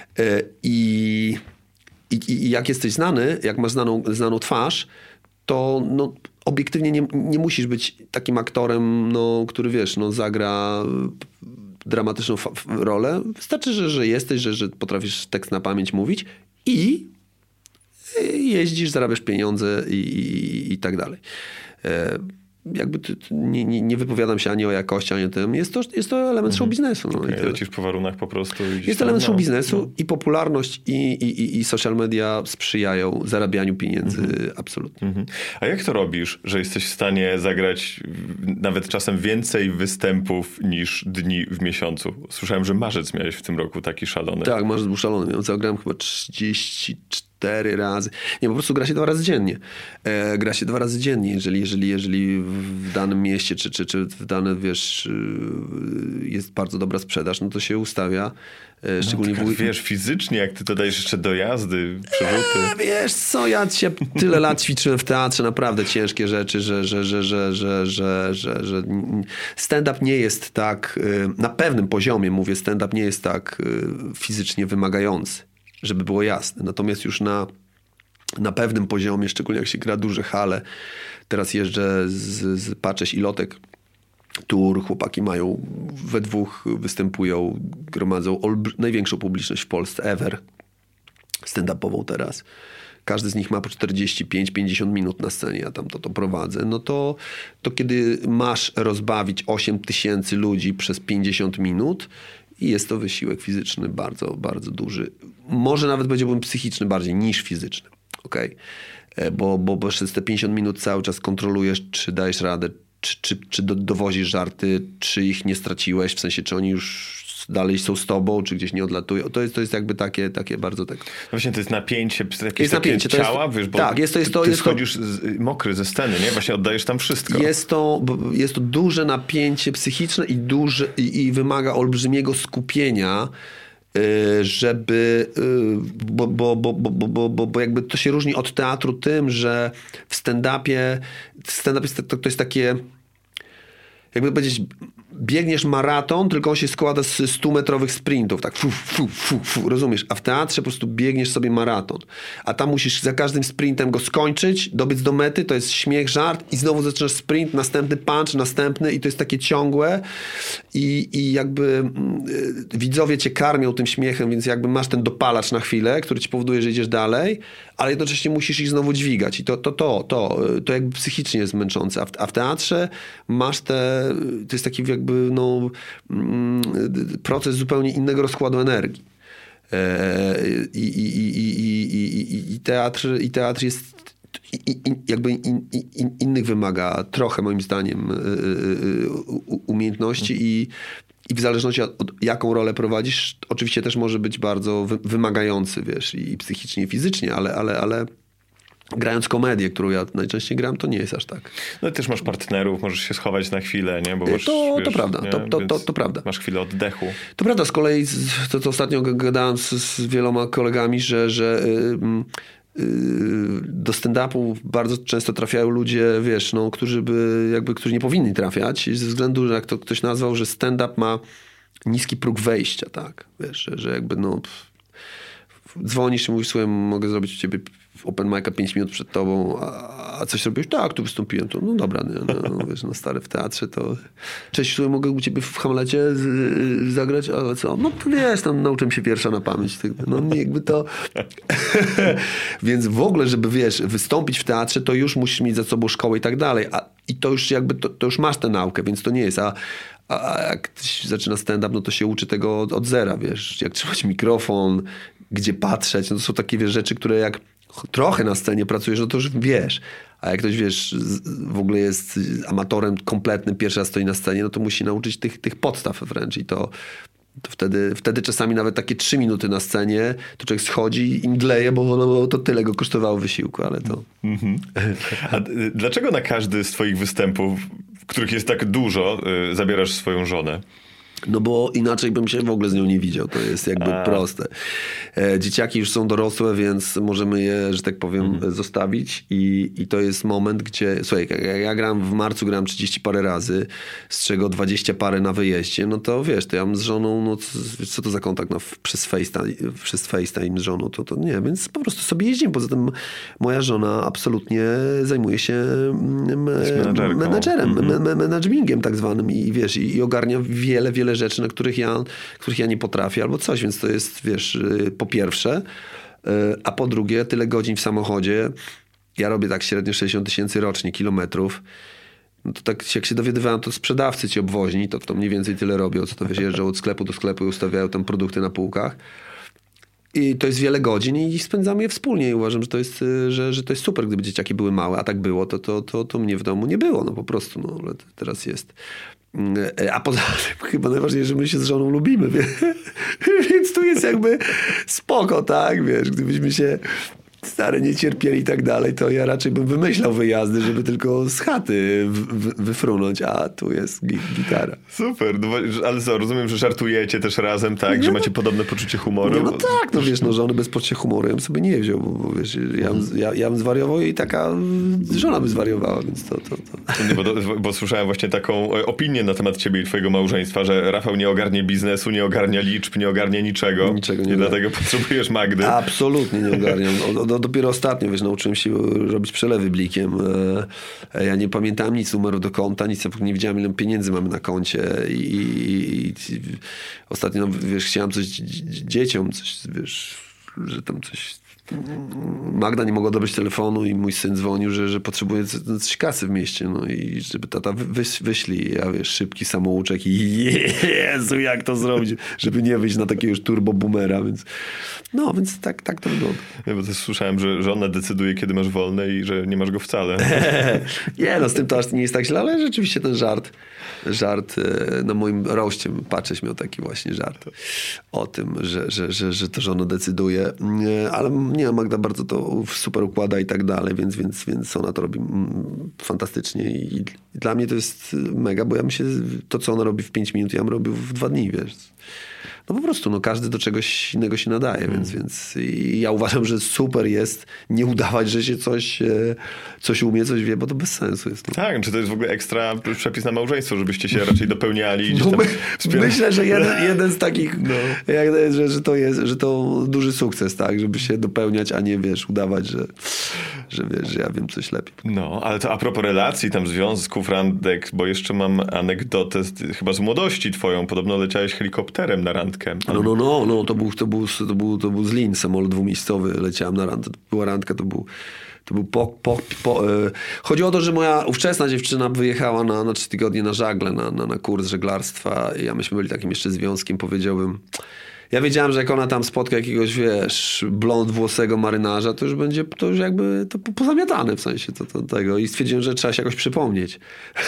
I... I, I jak jesteś znany, jak masz znaną, znaną twarz, to no, obiektywnie nie, nie musisz być takim aktorem, no, który wiesz, no, zagra dramatyczną fa- rolę. Wystarczy, że, że jesteś, że, że potrafisz tekst na pamięć mówić i jeździsz, zarabiasz pieniądze i, i, i tak dalej. E, jakby ty, ty, nie, nie, nie wypowiadam się ani o jakości, ani o tym. Jest to, jest to element mhm. show biznesu. No, okay, lecisz po warunach po prostu. Jest to element no, show biznesu no. i popularność i, i, i social media sprzyjają zarabianiu pieniędzy mhm. absolutnie. Mhm. A jak to robisz, że jesteś w stanie zagrać nawet czasem więcej występów niż dni w miesiącu? Słyszałem, że marzec miałeś w tym roku taki szalony. Tak, marzec był szalony. Ja zagrałem chyba trzydzieści cztery razy. Nie, po prostu gra się dwa razy dziennie. E, gra się dwa razy dziennie. Jeżeli, jeżeli, jeżeli w danym mieście, czy, czy, czy w dane, wiesz, jest bardzo dobra sprzedaż, no to się ustawia. E, szczególnie no, w... Wiesz, fizycznie, jak ty dodajesz jeszcze dojazdy, przerzuty. E, wiesz co, ja się tyle lat ćwiczyłem w teatrze, naprawdę ciężkie rzeczy, że, że, że, że, że, że, że, że stand-up nie jest tak, na pewnym poziomie, mówię, stand-up nie jest tak fizycznie wymagający, żeby było jasne. Natomiast już na, na pewnym poziomie, szczególnie jak się gra duże hale, teraz jeżdżę z, z Paczesz i Lotek tour, chłopaki mają, we dwóch występują, gromadzą olbr- największą publiczność w Polsce ever, stand-upową teraz. Każdy z nich ma po czterdzieści pięć pięćdziesiąt minut na scenie, ja tam to, to prowadzę. No to, to kiedy masz rozbawić osiem tysięcy ludzi przez pięćdziesiąt minut, i jest to wysiłek fizyczny bardzo, bardzo duży. Może nawet powiedziałbym psychiczny bardziej niż fizyczny. Okay? Bo, bo, bo przez te pięćdziesiąt minut cały czas kontrolujesz, czy dajesz radę, czy, czy, czy do, dowozisz żarty, czy ich nie straciłeś, w sensie, czy oni już dalej są z tobą, czy gdzieś nie odlatują. To jest, to jest jakby takie, takie bardzo tak... No właśnie, to jest napięcie, jakieś jest napięcie, takie ciała, jest, wiesz, bo tak, jest to, jest to, ty jest schodzisz to, z, mokry ze sceny, nie? Właśnie oddajesz tam wszystko. Jest to, jest to duże napięcie psychiczne i, duże, i, i wymaga olbrzymiego skupienia, żeby, bo, bo, bo, bo, bo, bo, bo jakby to się różni od teatru tym, że w stand-upie, stand-up jest, to, to jest takie, jakby powiedzieć, biegniesz maraton, tylko on się składa z stu-metrowych sprintów, tak fu, fu, fu, fu, rozumiesz? A w teatrze po prostu biegniesz sobie maraton. A tam musisz za każdym sprintem go skończyć, dobiec do mety, to jest śmiech, żart i znowu zaczynasz sprint, następny punch, następny i to jest takie ciągłe i, i jakby y, widzowie cię karmią tym śmiechem, więc jakby masz ten dopalacz na chwilę, który ci powoduje, że idziesz dalej, ale jednocześnie musisz ich znowu dźwigać i to, to, to, to, to jakby psychicznie jest męczące. A w, a w teatrze masz te, to jest taki jakby no, proces zupełnie innego rozkładu energii. I, i, i, i, i, i, teatr, i teatr jest i, i, jakby in, in, innych wymaga trochę moim zdaniem umiejętności i, i w zależności od, od jaką rolę prowadzisz, oczywiście też może być bardzo wy, wymagający, wiesz, i psychicznie, i fizycznie, ale, ale, ale grając komedię, którą ja najczęściej gram, to nie jest aż tak. No też masz partnerów, możesz się schować na chwilę, nie? Bo masz, to, wiesz, to prawda, nie? To, to, to, to prawda. Masz chwilę oddechu. To prawda, z kolei to, co ostatnio gadałem z, z wieloma kolegami, że, że yy, yy, do stand-upu bardzo często trafiają ludzie, wiesz, no, którzy by, jakby, którzy nie powinni trafiać, ze względu, że jak to ktoś nazwał, że stand-up ma niski próg wejścia, tak? Wiesz, że, że jakby no pff, dzwonisz i mówisz, słuchaj, mogę zrobić u ciebie open mic'a pięć minut przed tobą, a, a coś robisz? Tak, tu wystąpiłem. To, no dobra, nie, no, no, wiesz, no stary w teatrze to... Cześć, słuchaj, mogę u ciebie w Hamlecie z, z, zagrać? Ale co? No to wiesz, tam nauczyłem się wiersza na pamięć. No nie, jakby to... Więc w ogóle, żeby, wiesz, wystąpić w teatrze, to już musisz mieć za sobą szkołę i tak dalej. A, I to już jakby, to, to już masz tę naukę, więc to nie jest. A, a jak ktoś zaczyna stand-up, no to się uczy tego od, od zera, wiesz. Jak trzymać mikrofon, gdzie patrzeć. No to są takie, wiesz, rzeczy, które jak trochę na scenie pracujesz, no to już wiesz. A jak ktoś, wiesz, w ogóle jest amatorem kompletnym, pierwszy raz stoi na scenie, no to musi nauczyć tych, tych podstaw wręcz i to, to wtedy, wtedy czasami nawet takie trzy minuty na scenie, to człowiek schodzi i mdleje, bo, no, bo to tyle go kosztowało wysiłku, ale to... Mm-hmm. A dlaczego na każdy z twoich występów, których jest tak dużo, yy, zabierasz swoją żonę? No bo inaczej bym się w ogóle z nią nie widział. To jest jakby A. proste. E, dzieciaki już są dorosłe, więc możemy je, że tak powiem, mhm. zostawić i, i to jest moment, gdzie... Słuchaj, ja, ja gram w marcu, gram trzydzieści parę razy, z czego dwadzieścia parę na wyjeździe, no to wiesz, to ja mam z żoną, no co, co to za kontakt no, przez FaceTime, przez FaceTime z żoną, to, to nie, więc po prostu sobie jeździmy. Poza tym moja żona absolutnie zajmuje się me, menadżerem, mhm. me, menadżmingiem tak zwanym i wiesz, i, i ogarnia wiele, wiele rzeczy, na których ja, których ja nie potrafię albo coś, więc to jest, wiesz, po pierwsze, a po drugie tyle godzin w samochodzie, ja robię tak średnio sześćdziesiąt tysięcy rocznie kilometrów, no to tak jak się dowiadywałem, to sprzedawcy ci obwoźni, to, to mniej więcej tyle robią, co to wiesz, jeżdżą od sklepu do sklepu i ustawiają tam produkty na półkach. I to jest wiele godzin i spędzamy je wspólnie i uważam, że to jest, że, że to jest super, gdyby dzieciaki były małe, a tak było, to, to, to, to mnie w domu nie było, no po prostu, no ale teraz jest. A poza tym chyba najważniejsze, że my się z żoną lubimy, więc tu jest jakby spoko, tak, wiesz, gdybyśmy się stary nie cierpieli i tak dalej, to ja raczej bym wymyślał wyjazdy, żeby tylko z chaty w, w, wyfrunąć, a tu jest gi- gitara. Super, no, ale co, rozumiem, że żartujecie też razem, tak, nie, że macie podobne poczucie humoru. Nie, no tak, no wiesz, no żony bez poczucia humoru ja bym sobie nie wziął, bo, bo wiesz, ja, ja, ja bym zwariował i taka żona by zwariowała, więc to... to, to. Nie, bo, bo słyszałem właśnie taką opinię na temat ciebie i twojego małżeństwa, że Rafał nie ogarnie biznesu, nie ogarnia liczb, nie ogarnia niczego. Niczego nie I dlatego potrzebujesz Magdy. Absolutnie nie ogarniam. O, dopiero ostatnio, wiesz, nauczyłem się robić przelewy blikiem. Ja nie pamiętałem nic numeru do konta, nic, nie wiedziałem, ile pieniędzy mamy na koncie i, i, i ostatnio, no, wiesz, chciałem coś dzieciom, coś, wiesz, że tam coś... Magda nie mogła dobyć telefonu i mój syn dzwonił, że, że potrzebuje coś kasy w mieście, no i żeby tata wy, wyśli, ja wiesz, szybki samouczek i Jezu, jak to zrobić, żeby nie wyjść na takiego już turbo boomera, więc no, więc tak, tak to wygląda. Ja bo też słyszałem, że żona decyduje, kiedy masz wolne i że nie masz go wcale. Nie, no z tym to aż nie jest tak źle, ale rzeczywiście ten żart, żart na moim roście, patrzeć miał taki właśnie żart o tym, że, że, że, że to żona decyduje, ale nie, Magda bardzo to super układa i tak dalej, więc, więc, więc ona to robi fantastycznie i, i dla mnie to jest mega, bo ja bym się, to co ona robi w pięć minut, ja bym robił w dwa dni, wiesz. No po prostu, no każdy do czegoś innego się nadaje, mm. więc, więc i ja uważam, że super jest nie udawać, że się coś, coś umie, coś wie, bo to bez sensu jest. No. Tak, czy to jest w ogóle ekstra przepis na małżeństwo, żebyście się raczej dopełniali? No my, myślę, że jeden, jeden z takich, no. jak, że, że to jest, że to duży sukces, tak, żeby się dopełniać, a nie, wiesz, udawać, że, że wiesz, że ja wiem coś lepiej. No, ale to a propos relacji, tam związków, randek, bo jeszcze mam anegdotę z, chyba z młodości twoją, podobno leciałeś helikopterem na randkę. No, no, no, no to, był, to, był, to, był, to był z Lin, samolot dwumiejscowy, leciałem na randkę, to była randka, to był, to był po, po, po, e... Chodzi o to, że moja ówczesna dziewczyna wyjechała na, na trzy tygodnie na żagle, na, na, na kurs żeglarstwa i ja myśmy byli takim jeszcze związkiem, powiedziałbym. Ja wiedziałem, że jak ona tam spotka jakiegoś, wiesz, blond włosego marynarza, to już będzie, to już jakby to pozamiatane w sensie to, to, tego i stwierdziłem, że trzeba się jakoś przypomnieć.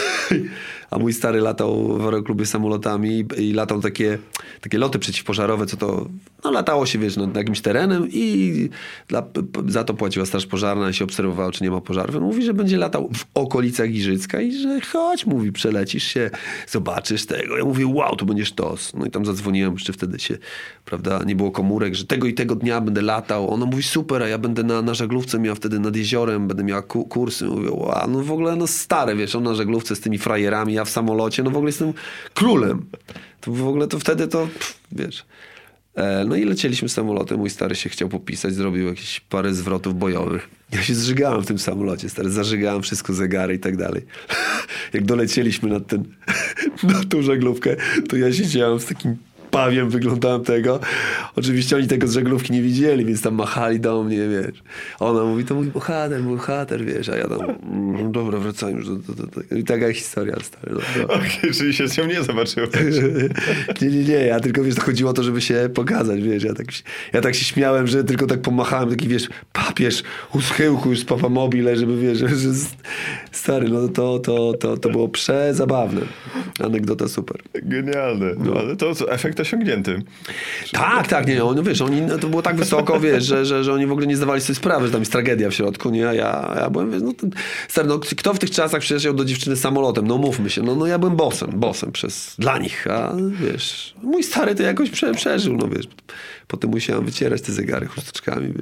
A mój stary latał w aeroklubie samolotami i, i latał takie, takie loty przeciwpożarowe, co to, no latało się, wiesz, nad jakimś terenem i dla, za to płaciła straż pożarna i się obserwowało, czy nie ma pożarów. On mówi, że będzie latał w okolicach Giżycka i że chodź, mówi, przelecisz się, zobaczysz tego. Ja mówię, wow, to będziesz tos. No i tam zadzwoniłem, jeszcze wtedy się, prawda, nie było komórek, że tego i tego dnia będę latał. Ona mówi, super, a ja będę na, na żaglówce miała wtedy nad jeziorem, będę miała ku- kursy. Mówię, wow, no w ogóle, no stare, wiesz, on na żaglówce z tymi frajerami, ja w samolocie, no w ogóle jestem królem. To w ogóle to wtedy to, pff, wiesz. E, no i lecieliśmy samolotem, mój stary się chciał popisać, zrobił jakieś parę zwrotów bojowych. Ja się zżygałem w tym samolocie, stary, zażygałem wszystko, zegary i tak dalej. Jak dolecieliśmy na ten, na tą żaglówkę, to ja siedziałem z takim pawiem wyglądałem tego. Oczywiście oni tego z żaglówki nie widzieli, więc tam machali do mnie, wiesz. Ona mówi, to mój bohater, mój bohater, wiesz, a ja tam, no dobra, wracajmy już do, do, do, do. I taka historia, stary. No, no. Okay, czyli się z nią nie zobaczyłeś. nie, nie, nie, ja tylko, wiesz, to chodziło o to, żeby się pokazać, wiesz, ja tak, ja tak się śmiałem, że tylko tak pomachałem, taki, wiesz, papież u schyłku już z Papa Mobile, żeby, wiesz, że, że stary, no to, to, to, to było przezabawne. Anegdota super. Genialne. No. Ale to co, efekt osiągnięty. Tak, tak, nie, no wiesz, oni, no, to było tak wysoko, wiesz, że, że, że oni w ogóle nie zdawali sobie sprawy, że tam jest tragedia w środku, nie, ja, ja byłem, wiesz, no, stary, no kto w tych czasach przyjeżdżał do dziewczyny samolotem, no mówmy się, no, no ja byłem bossem, bossem przez, dla nich, a wiesz, mój stary to jakoś prze, przeżył, no wiesz, potem musiałem wycierać te zegary chusteczkami.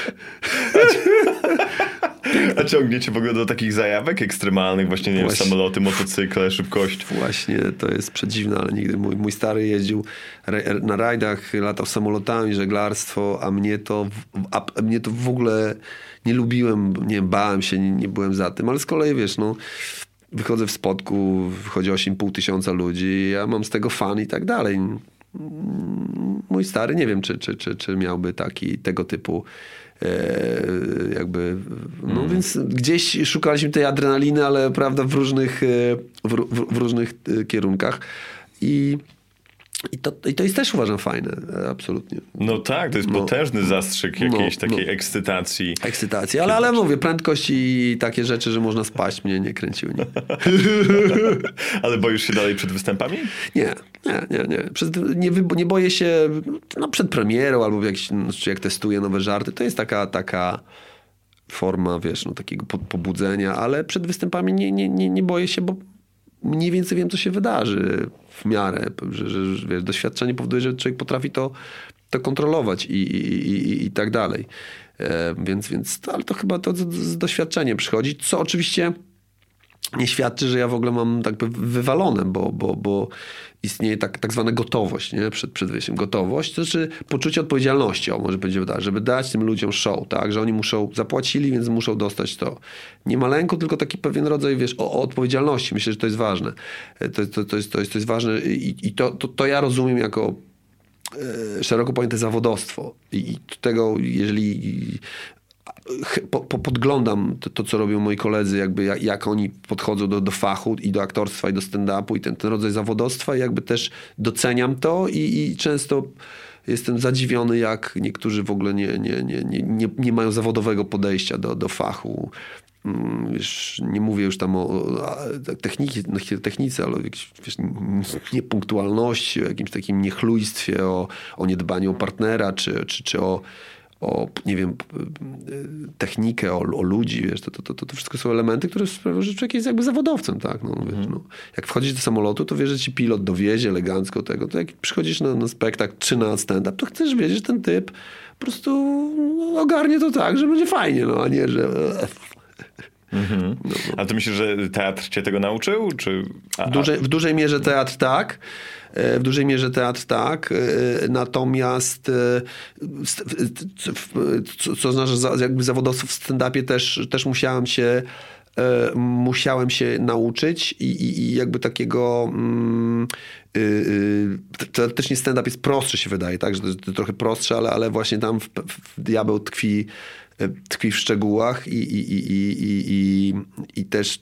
A ciągniecie w ogóle do takich zajawek ekstremalnych, właśnie, nie wiem, właśnie, samoloty, motocykle, szybkość? Właśnie, to jest przedziwne, ale nigdy. Mój, mój stary jeździł na rajdach, latał samolotami, żeglarstwo, a mnie to, a mnie to w ogóle nie lubiłem, nie bałem się, nie, nie byłem za tym, ale z kolei, wiesz, no, wychodzę w spotku, wychodzi osiem i pół tysiąca ludzi, ja mam z tego fan i tak dalej. Mój stary, nie wiem, czy, czy, czy, czy miałby taki, tego typu jakby, no mm. więc gdzieś szukaliśmy tej adrenaliny, ale prawda, w różnych, w, w, w różnych kierunkach i I to, I to jest też, uważam, fajne, absolutnie. No tak, to jest no, potężny zastrzyk jakiejś no, takiej no. ekscytacji. Ekscytacji, ale, ale mówię, prędkość i takie rzeczy, że można spaść, mnie nie kręciły. Nie. Ale boisz się dalej przed występami? Nie, nie, nie. Nie, przed, nie, nie boję się no, przed premierą albo jak, czy jak testuję nowe żarty. To jest taka, taka forma, wiesz, no, takiego pobudzenia, ale przed występami nie, nie, nie, nie boję się, bo mniej więcej wiem, co się wydarzy w miarę, że, że, że wiesz, doświadczenie powoduje, że człowiek potrafi to, to kontrolować i, i, i, i tak dalej. E, więc, więc to, ale to chyba to z, z doświadczeniem przychodzi, co oczywiście nie świadczy, że ja w ogóle mam tak wywalone, bo, bo, bo istnieje tak, tak zwana gotowość, nie? Przed, przed wyjściem. Gotowość, to znaczy poczucie odpowiedzialności, o, może powiedzieć tak, żeby dać tym ludziom show, tak? Że oni muszą, zapłacili, więc muszą dostać to. Nie maleńko, tylko taki pewien rodzaj, wiesz, o, o odpowiedzialności. Myślę, że to jest ważne. To, to, to, jest, to, jest, to jest ważne i, i to, to, to ja rozumiem jako e, szeroko pojęte zawodowstwo. I, i tego, jeżeli Po, po, podglądam to, to, co robią moi koledzy, jakby jak, jak oni podchodzą do, do fachu i do aktorstwa i do stand-upu i ten, ten rodzaj zawodowstwa, jakby też doceniam to i, i często jestem zadziwiony, jak niektórzy w ogóle nie, nie, nie, nie, nie, nie mają zawodowego podejścia do, do fachu. Wiesz, nie mówię już tam o, o techniki, technice, ale o jakiejś, wiesz, niepunktualności, o jakimś takim niechlujstwie, o, o niedbaniu o partnera, czy, czy, czy o o, nie wiem, technikę, o, o ludzi, wiesz, to, to, to, to wszystko są elementy, które sprawiają, że człowiek jest jakby zawodowcem, tak, no, wiesz, no. Jak wchodzisz do samolotu, to wiesz, że ci pilot dowiezie elegancko tego, to jak przychodzisz na, na spektakl czy na stand-up, to chcesz wiedzieć, że ten typ po prostu no, ogarnie to tak, że będzie fajnie, no, a nie, że... Mhm. No, no. A ty myślisz, że teatr cię tego nauczył? Czy... A, a... W, dużej, w dużej mierze teatr tak. W dużej mierze teatr tak. Natomiast co, co znaczy jakby zawodowstwo w stand-upie też, też musiałem się musiałem się nauczyć i, i, i jakby takiego mm, yy, teoretycznie stand-up jest prostszy, się wydaje, tak, że to jest trochę prostsze, ale, ale właśnie tam w, w diabeł tkwi tkwi w szczegółach i, i, i, i, i, i też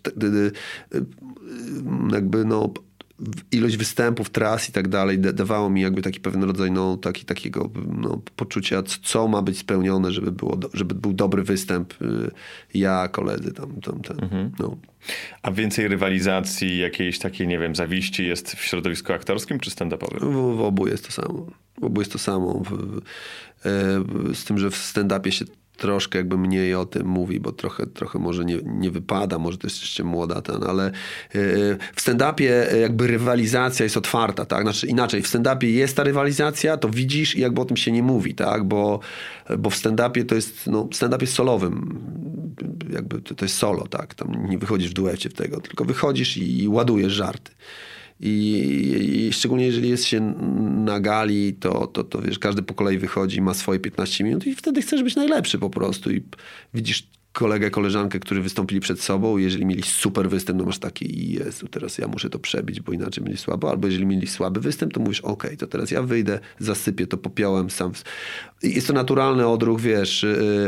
jakby no ilość występów, tras i tak dalej dawało mi jakby taki pewien rodzaj no, taki, takiego no, poczucia, co ma być spełnione, żeby, było, żeby był dobry występ. Ja, koledzy tam, tam ten, mhm. no. A więcej rywalizacji, jakiejś takiej, nie wiem, zawiści jest w środowisku aktorskim czy stand-upowym? W, w obu jest to samo. W obu jest to samo. W, w, z tym, że w stand-upie się troszkę jakby mniej o tym mówi, bo trochę, trochę może nie, nie wypada, może to jest jeszcze młoda ten, ale w stand-upie jakby rywalizacja jest otwarta, tak? Znaczy inaczej, w stand-upie jest ta rywalizacja, to widzisz i jakby o tym się nie mówi, tak? Bo, bo w stand-upie to jest, no stand-up jest solowym, jakby to, to jest solo, tak? Tam nie wychodzisz w duecie w tego, tylko wychodzisz i, i ładujesz żarty. I, I szczególnie jeżeli jest się na gali, to, to, to wiesz, każdy po kolei wychodzi, ma swoje piętnaście minut i wtedy chcesz być najlepszy po prostu i widzisz kolegę, koleżankę, którzy wystąpili przed sobą, jeżeli mieli super występ, no masz taki, Jezu, teraz ja muszę to przebić, bo inaczej będzie słabo, albo jeżeli mieli słaby występ, to mówisz, okej, okay, to teraz ja wyjdę, zasypię to popiołem sam. Jest to naturalny odruch, wiesz,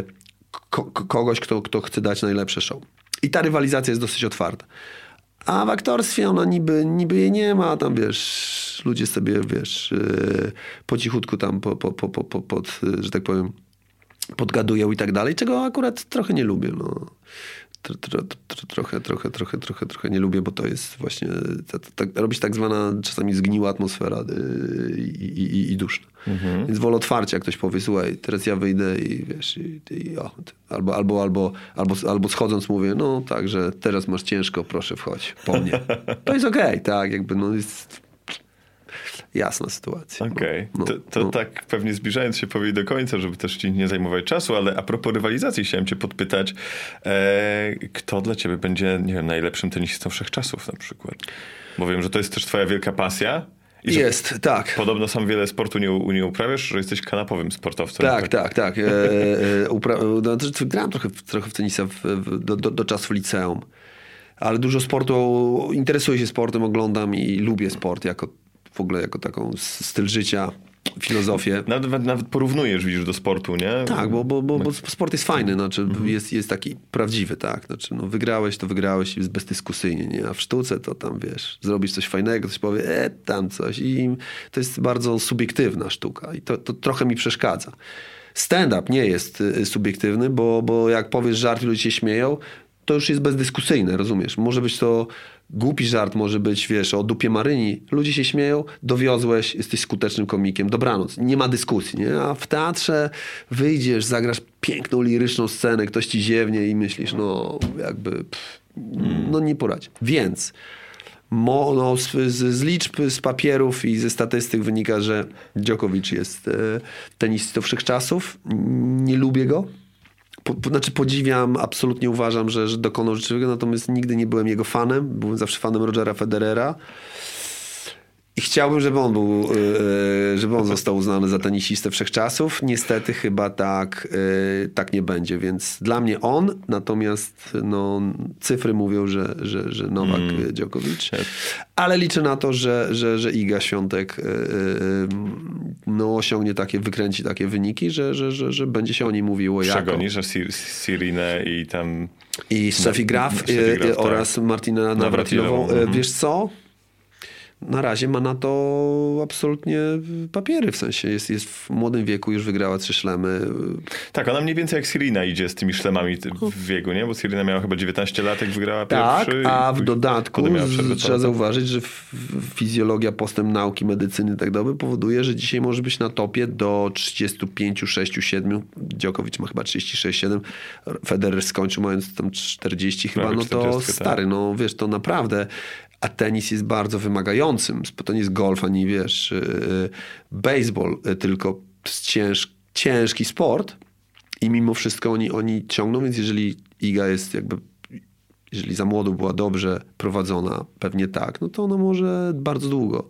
ko- kogoś, kto, kto chce dać najlepsze show. I ta rywalizacja jest dosyć otwarta. A w aktorstwie ona niby, niby jej nie ma, tam wiesz, ludzie sobie, wiesz, po cichutku tam, po, po, po, po, po, pod, że tak powiem, podgadują i tak dalej, czego akurat trochę nie lubię. No. Tro, tro, tro, trochę, trochę, trochę, trochę, trochę nie lubię, bo to jest właśnie, ta, ta, ta, robić tak zwana czasami zgniła atmosfera i, i, i duszna. Mhm. Więc wolę otwarcie, jak ktoś powie, słuchaj, teraz ja wyjdę i wiesz, i, i, o, albo, albo, albo, albo, albo schodząc mówię, no tak, że teraz masz ciężko, proszę wchodź po mnie. To jest okej, okay, tak, jakby no jest... Jasna sytuacja. Okej, okay. no, to, to no. tak pewnie zbliżając się powoli do końca, żeby też ci nie zajmować czasu, ale a propos rywalizacji chciałem cię podpytać, e, kto dla ciebie będzie, nie wiem, najlepszym tenisistą wszechczasów na przykład? Bo wiem, że to jest też twoja wielka pasja. I jest, tak. Podobno sam wiele sportu nie, nie uprawiasz, że jesteś kanapowym sportowcem. Tak, tak, tak. tak. E, e, upra- no, grałem trochę, trochę w tenisa w, w, do, do, do czasu liceum, ale dużo sportu, interesuję się sportem, oglądam i lubię sport jako w ogóle jako taką styl życia, filozofię. Nawet, nawet porównujesz, widzisz, do sportu, nie? Tak, bo, bo, bo, bo sport jest fajny, znaczy mhm. jest, jest taki prawdziwy, tak. Znaczy, no, wygrałeś, to wygrałeś jest bezdyskusyjnie, nie? A w sztuce to tam, wiesz, zrobisz coś fajnego, ktoś powie, e, tam coś i to jest bardzo subiektywna sztuka i to, to trochę mi przeszkadza. Stand-up nie jest subiektywny, bo, bo jak powiesz żart i ludzie się śmieją, to już jest bezdyskusyjne, rozumiesz? Może być to głupi żart, może być, wiesz, o dupie Maryni. Ludzie się śmieją, dowiozłeś, jesteś skutecznym komikiem, dobranoc. Nie ma dyskusji, nie? A w teatrze wyjdziesz, zagrasz piękną, liryczną scenę, ktoś ci ziewnie i myślisz, no jakby, pff, no nie poradzi. Więc mo, no, z, z, z liczb, z papierów i ze statystyk wynika, że Djokovic jest e, tenisistą wszechczasów. Nie lubię go. Po, po, znaczy podziwiam, absolutnie uważam, że, że dokonał rzeczywistego, natomiast nigdy nie byłem jego fanem. Byłem zawsze fanem Rogera Federera. I chciałbym, żeby on był, yy, żeby on został uznany za tenisistę wszechczasów. Niestety chyba tak, yy, tak nie będzie, więc dla mnie on, natomiast no, cyfry mówią, że, że, że Nowak mm. Djokovic. Ale liczę na to, że, że, że Iga Świątek yy, no, osiągnie takie, wykręci takie wyniki, że, że, że, że będzie się o niej mówiło jako... Przegoni, że Sirinę i tam... I Steffi Graf, yy, Graf oraz tak. Martina Navratilową. Mm. Wiesz co? Na razie ma na to absolutnie papiery, w sensie jest, jest w młodym wieku, już wygrała trzy szlemy. Tak, ona mniej więcej jak Serena idzie z tymi szlemami w wieku, nie? Bo Serena miała chyba dziewiętnaście lat, jak wygrała tak, pierwszy. A w dodatku z, trzeba zauważyć, że fizjologia, postęp nauki, medycyny i tak dalej powoduje, że dzisiaj może być na topie do trzydzieści pięć, sześć, siedem. Djokovic ma chyba trzydzieści sześć, siedem. Federer skończył mając tam czterdzieści chyba, no to czterdzieści, stary, tak. No wiesz, to naprawdę... A tenis jest bardzo wymagającym. To nie jest golf, ani wiesz, yy, baseball, yy, tylko cięż, ciężki sport i mimo wszystko oni, oni ciągną, więc jeżeli Iga jest jakby, jeżeli za młodu była dobrze prowadzona, pewnie tak, no to ona może bardzo długo.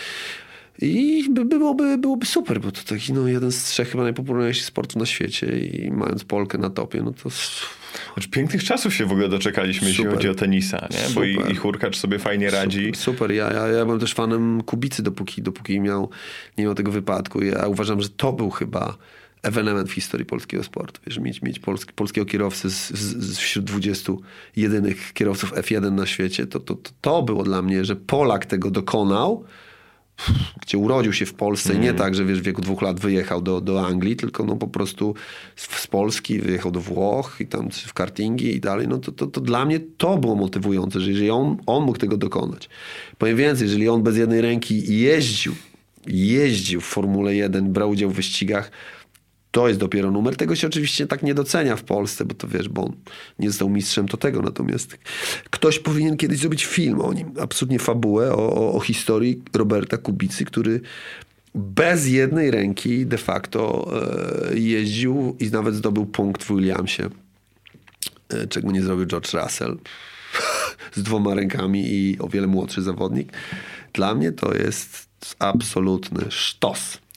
I by, byłoby, byłoby super, bo to taki no, jeden z trzech chyba najpopularniejszych sportów na świecie i mając Polkę na topie, no to... Znaczy, pięknych czasów się w ogóle doczekaliśmy, super. Jeśli chodzi o tenisa, nie? Bo i, i Hurkacz sobie fajnie radzi. Super, super. Ja, ja, ja byłem też fanem Kubicy, dopóki, dopóki miał, nie miał tego wypadku. Ja uważam, że to był chyba ewenement w historii polskiego sportu. Wiesz, mieć, mieć polski, polskiego kierowcę z, z, z wśród dwudziestu jedynych kierowców F jeden na świecie, to, to, to, to było dla mnie, że Polak tego dokonał, gdzie urodził się w Polsce, mm. nie tak, że wiesz, w wieku dwóch lat wyjechał do, do Anglii, tylko no po prostu z, z Polski wyjechał do Włoch i tam w kartingi i dalej, no to, to, to dla mnie to było motywujące, że jeżeli on, on mógł tego dokonać. Powiem więcej, jeżeli on bez jednej ręki jeździł, jeździł w Formule jeden, brał udział w wyścigach, to jest dopiero numer. Tego się oczywiście tak nie docenia w Polsce, bo to wiesz, bo on nie został mistrzem, to tego. Natomiast ktoś powinien kiedyś zrobić film o nim, absolutnie fabułę o, o, o historii Roberta Kubicy, który bez jednej ręki de facto e, jeździł i nawet zdobył punkt w Williamsie, e, czego nie zrobił George Russell z dwoma rękami i o wiele młodszy zawodnik. Dla mnie to jest absolutny sztos.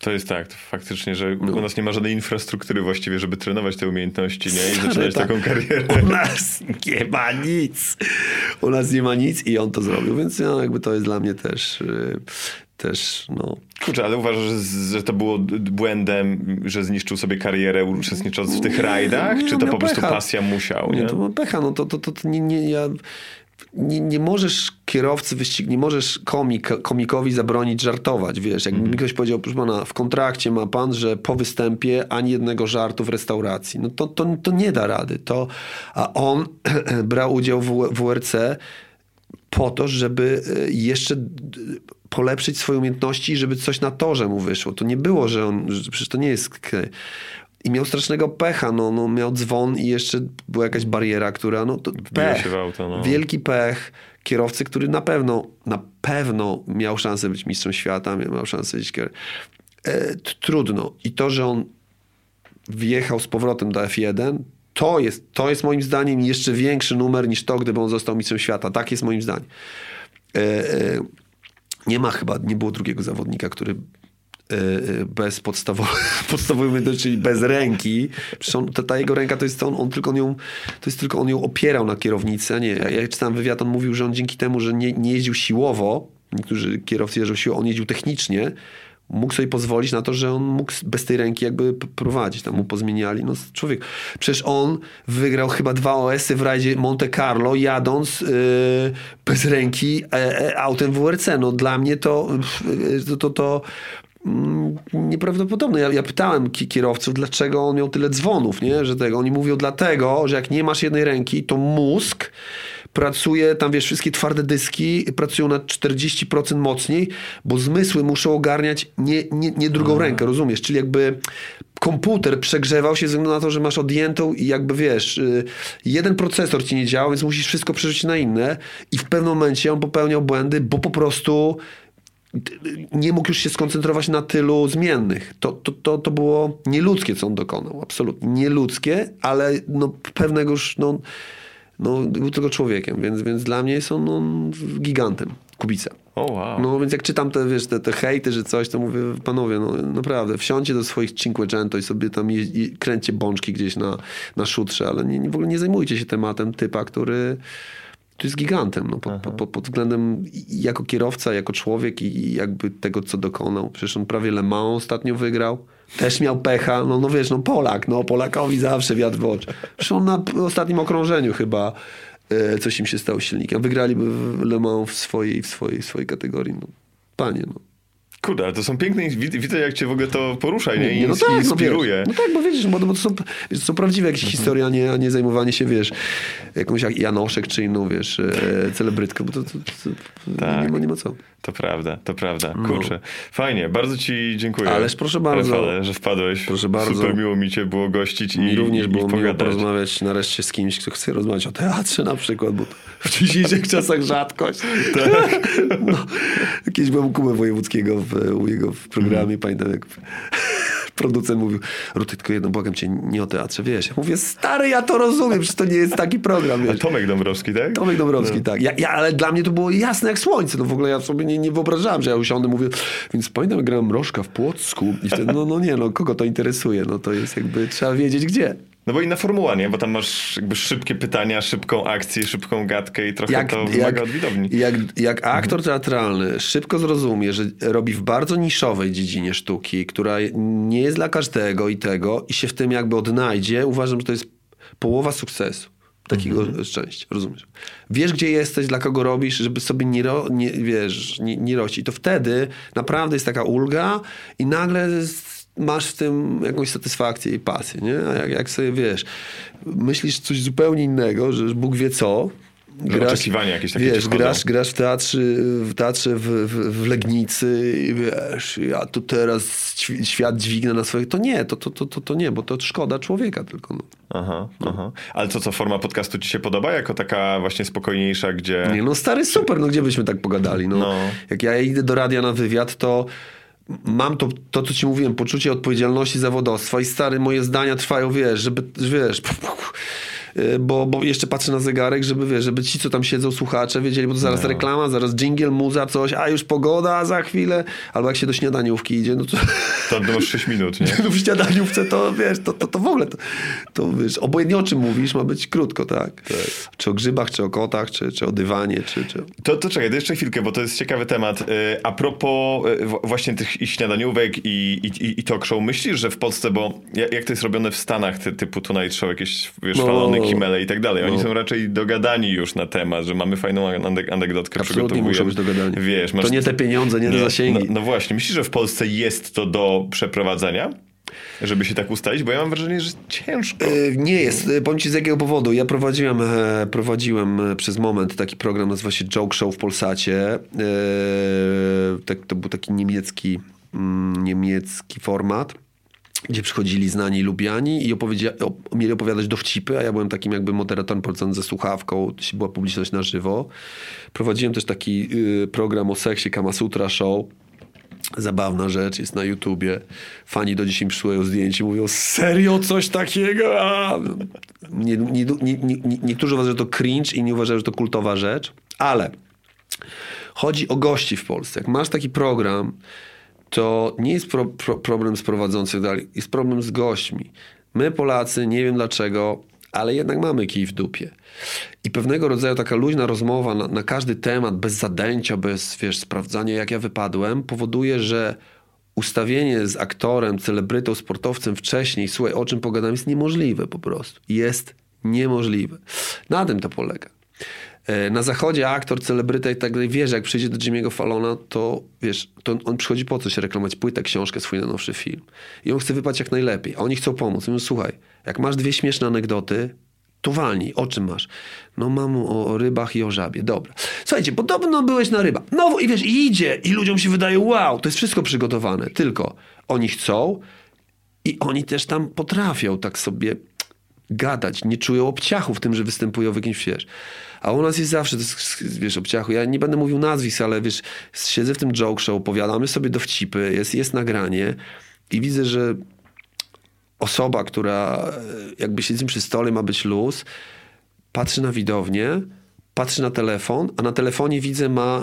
To jest tak, to faktycznie, że no. u nas nie ma żadnej infrastruktury właściwie, żeby trenować te umiejętności, nie? I zaczynać tak. taką karierę. U nas nie ma nic. U nas nie ma nic i on to zrobił, więc no, jakby to jest dla mnie też... Yy... Też, no. Kurczę, ale uważasz, że, że to było błędem, że zniszczył sobie karierę uczestnicząc w tych rajdach? Nie, czy to po prostu pecha. Pasja musiał? Nie, nie? to ma pecha. No to, to, to, to nie, nie, ja, nie, nie możesz kierowcy wyścigu, nie możesz komik, komikowi zabronić żartować, wiesz. Jak mm. mi ktoś powiedział, proszę pana, w kontrakcie ma pan, że po występie ani jednego żartu w restauracji. No to, to, to nie da rady. To, a on brał udział w W R C po to, żeby jeszcze polepszyć swoje umiejętności, żeby coś na torze mu wyszło. To nie było, że on, że przecież to nie jest... I miał strasznego pecha, no, no miał dzwon i jeszcze była jakaś bariera, która, no to pech, się w auto, no. Wielki pech kierowcy, który na pewno, na pewno miał szansę być mistrzem świata, miał szansę być kier... e, trudno. I to, że on wjechał z powrotem do F jeden, to jest, to jest moim zdaniem jeszcze większy numer niż to, gdyby on został mistrzem świata. Tak jest moim zdaniem. E, e, nie ma chyba, nie było drugiego zawodnika, który bez podstawowej, podstawowej umiejętności, czyli bez ręki. Przecież on, ta, ta jego ręka to jest on, on tylko ją, to jest tylko on ją opierał na kierownicy, a nie. Ja, ja czytałem wywiad, on mówił, że on dzięki temu, że nie, nie jeździł siłowo, niektórzy kierowcy jeżdżą siłowo, on jeździł technicznie, mógł sobie pozwolić na to, że on mógł bez tej ręki jakby prowadzić. Tam mu pozmieniali. No człowiek, przecież on wygrał chyba dwa O S-y w rajdzie Monte Carlo, jadąc yy, bez ręki e, e, autem W R C. No dla mnie to to, to, to nieprawdopodobne. Ja, ja pytałem kierowców, dlaczego on miał tyle dzwonów, nie? Że tego. Oni mówią dlatego, że jak nie masz jednej ręki, to mózg pracuje, tam wiesz, wszystkie twarde dyski pracują na czterdzieści procent mocniej, bo zmysły muszą ogarniać nie, nie, nie drugą Aha. rękę, rozumiesz? Czyli jakby komputer przegrzewał się ze względu na to, że masz odjętą i jakby wiesz, jeden procesor ci nie działa, więc musisz wszystko przerzucić na inne i w pewnym momencie on popełniał błędy, bo po prostu nie mógł już się skoncentrować na tylu zmiennych. To, to, to, to było nieludzkie, co on dokonał. Absolutnie nieludzkie, ale no, pewnego już no, no, był tylko człowiekiem, więc, więc dla mnie jest on, on gigantem. Kubica. Oh, wow. No więc jak czytam te, wiesz, te, te hejty, że coś, to mówię, panowie, no naprawdę, wsiądźcie do swoich Cinquecento i sobie tam je, je, kręćcie bączki gdzieś na, na szutrze, ale nie, nie, w ogóle nie zajmujcie się tematem typa, który to jest gigantem, no, pod, pod, pod, pod względem jako kierowca, jako człowiek i jakby tego, co dokonał. Przecież on prawie Le Mans ostatnio wygrał. Też miał pecha. No, no wiesz, no Polak, no Polakowi zawsze wiatr w oczy. Przecież on na ostatnim okrążeniu chyba e, coś im się stało silnikiem. Wygraliby w Le Mans w swojej, w swojej, w swojej kategorii. No, panie, no. Kurde, ale to są piękne, widzę jak cię w ogóle to porusza i nie, no tak, inspiruje. No, no tak, bo widzisz, bo, bo to, są, wiesz, to są prawdziwe jakieś mhm. historie, a nie, a nie zajmowanie się, wiesz, jakąś jak Janoszek czy inną, wiesz, e, celebrytką, bo to, to, to, to tak. nie, ma, nie ma co. To prawda, to prawda. Kurczę, no. Fajnie, bardzo ci dziękuję. Ależ proszę bardzo. Rafale, że wpadłeś. Proszę bardzo. Super miło mi cię było gościć i Mi również i, było i miło porozmawiać nareszcie z kimś, kto chce rozmawiać o teatrze na przykład, bo w dzisiejszych czasach rzadkość. Tak. No, kiedyś byłem u Kuby Wojewódzkiego w, u jego w programie, mm. pamiętam jak producent mówił, Ruty, tylko jedno, błagam cię, nie o teatrze, wiesz. Ja mówię, stary, ja to rozumiem, przecież to nie jest taki program, wiesz. A Tomek Dąbrowski, tak? Tomek Dąbrowski, no. tak. Ja, ja, ale dla mnie to było jasne jak słońce. No w ogóle ja sobie nie, nie wyobrażałem, że ja usiądę, mówię, więc pamiętam, jak grałem Mrożka w Płocku i wtedy, no, no nie, no kogo to interesuje? No to jest jakby, trzeba wiedzieć gdzie. No bo inna formuła, nie? Bo tam masz jakby szybkie pytania, szybką akcję, szybką gadkę i trochę jak, to wymaga jak, od widowni. Jak, jak aktor teatralny szybko zrozumie, że robi w bardzo niszowej dziedzinie sztuki, która nie jest dla każdego i tego i się w tym jakby odnajdzie, uważam, że to jest połowa sukcesu. Takiego mm-hmm. szczęścia, rozumiesz? Wiesz, gdzie jesteś, dla kogo robisz, żeby sobie nie, ro, nie wiesz, nie, nie rościć. I to wtedy naprawdę jest taka ulga i nagle masz w tym jakąś satysfakcję i pasję, nie? A jak, jak sobie, wiesz, myślisz coś zupełnie innego, że Bóg wie co, grasz, oczekiwania jakieś takie wiesz, grasz, grasz w teatrze, w, teatrze w, w, w Legnicy i wiesz, ja tu teraz świat dźwignę na swoich... To nie, to, to, to, to, to nie, bo to szkoda człowieka tylko. No. Aha, no. aha. Ale to co, forma podcastu ci się podoba? Jako taka właśnie spokojniejsza, gdzie... Nie, no stary, super, no gdzie byśmy tak pogadali? No, no. Jak ja idę do radia na wywiad, to mam to, to, co ci mówiłem, poczucie odpowiedzialności zawodowstwa i stary, moje zdania trwają, wiesz, żeby, wiesz... bo, bo jeszcze patrzę na zegarek, żeby, wiesz, żeby ci, co tam siedzą, słuchacze, wiedzieli, bo to zaraz no. reklama, zaraz dżingiel, muza, coś, a już pogoda za chwilę, albo jak się do śniadaniówki idzie, no to... To masz sześć minut, nie? No w śniadaniówce to, wiesz, to, to, to w ogóle, to, to wiesz, obojętnie o czym mówisz, ma być krótko, tak? tak. Czy o grzybach, czy o kotach, czy, czy o dywanie, czy... czy... To, to czekaj, to jeszcze chwilkę, bo to jest ciekawy temat. A propos właśnie tych i śniadaniówek i, i, i talk show, myślisz, że w Polsce, bo jak to jest robione w Stanach, ty, typu Tonight Show, jakieś, wiesz, no, Falony, Kimmele i tak dalej, oni no. są raczej dogadani już na temat, że mamy fajną anegdotkę, absolutnie muszą być dogadani. Wiesz, masz... To nie te pieniądze, nie te zasięgi. No, no właśnie, myślisz, że w Polsce jest to do przeprowadzenia? Żeby się tak ustalić? Bo ja mam wrażenie, że ciężko. Yy, nie jest. Powiem ci z jakiego powodu. Ja prowadziłem, e, prowadziłem przez moment taki program, nazywa się Joke Show w Polsacie. Yy, tak, to był taki niemiecki, mm, niemiecki format, gdzie przychodzili znani lubiani i opowiedzia- op- mieli opowiadać dowcipy, a ja byłem takim jakby moderatorem prowadzącym ze słuchawką, jeśli była publiczność na żywo. Prowadziłem też taki yy, program o seksie, Kama Sutra Show. Zabawna rzecz, jest na YouTubie. Fani do dzisiaj mi przysyłają zdjęcie, mówią, serio coś takiego? A! Nie, nie, nie, nie, niektórzy uważają, że to cringe, inni uważają, że to kultowa rzecz, ale chodzi o gości w Polsce. Jak masz taki program, to nie jest pro, pro, problem z prowadzących dalej, jest problem z gośćmi. My Polacy, nie wiem dlaczego, ale jednak mamy kij w dupie. I pewnego rodzaju taka luźna rozmowa na, na każdy temat, bez zadęcia, bez, wiesz, sprawdzania, jak ja wypadłem, powoduje, że ustawienie z aktorem, celebrytą, sportowcem wcześniej, słuchaj, o czym pogadam, jest niemożliwe po prostu. Jest niemożliwe. Na tym to polega. Na zachodzie aktor, celebryta i tak dalej, wiesz, jak przyjdzie do Jimmy'ego Fallona, to wiesz, to on przychodzi po coś, reklamować płytę, książkę, swój najnowszy film. I on chce wypaść jak najlepiej. A oni chcą pomóc. Mówią, słuchaj, jak masz dwie śmieszne anegdoty, to walnij. O czym masz? No mam o, o rybach i o żabie. Dobra. Słuchajcie, podobno byłeś na rybach. No i wiesz, i idzie. I ludziom się wydaje, wow, to jest wszystko przygotowane. Tylko oni chcą i oni też tam potrafią tak sobie gadać. Nie czują obciachu w tym, że występują w jakimś, wiesz. A u nas jest zawsze, to jest, wiesz, obciachu. Ja nie będę mówił nazwisk, ale wiesz, siedzę w tym joke show, opowiadamy sobie dowcipy, jest, jest nagranie i widzę, że osoba, która jakby siedzi przy stole, ma być luz, patrzy na widownię, patrzy na telefon, a na telefonie widzę ma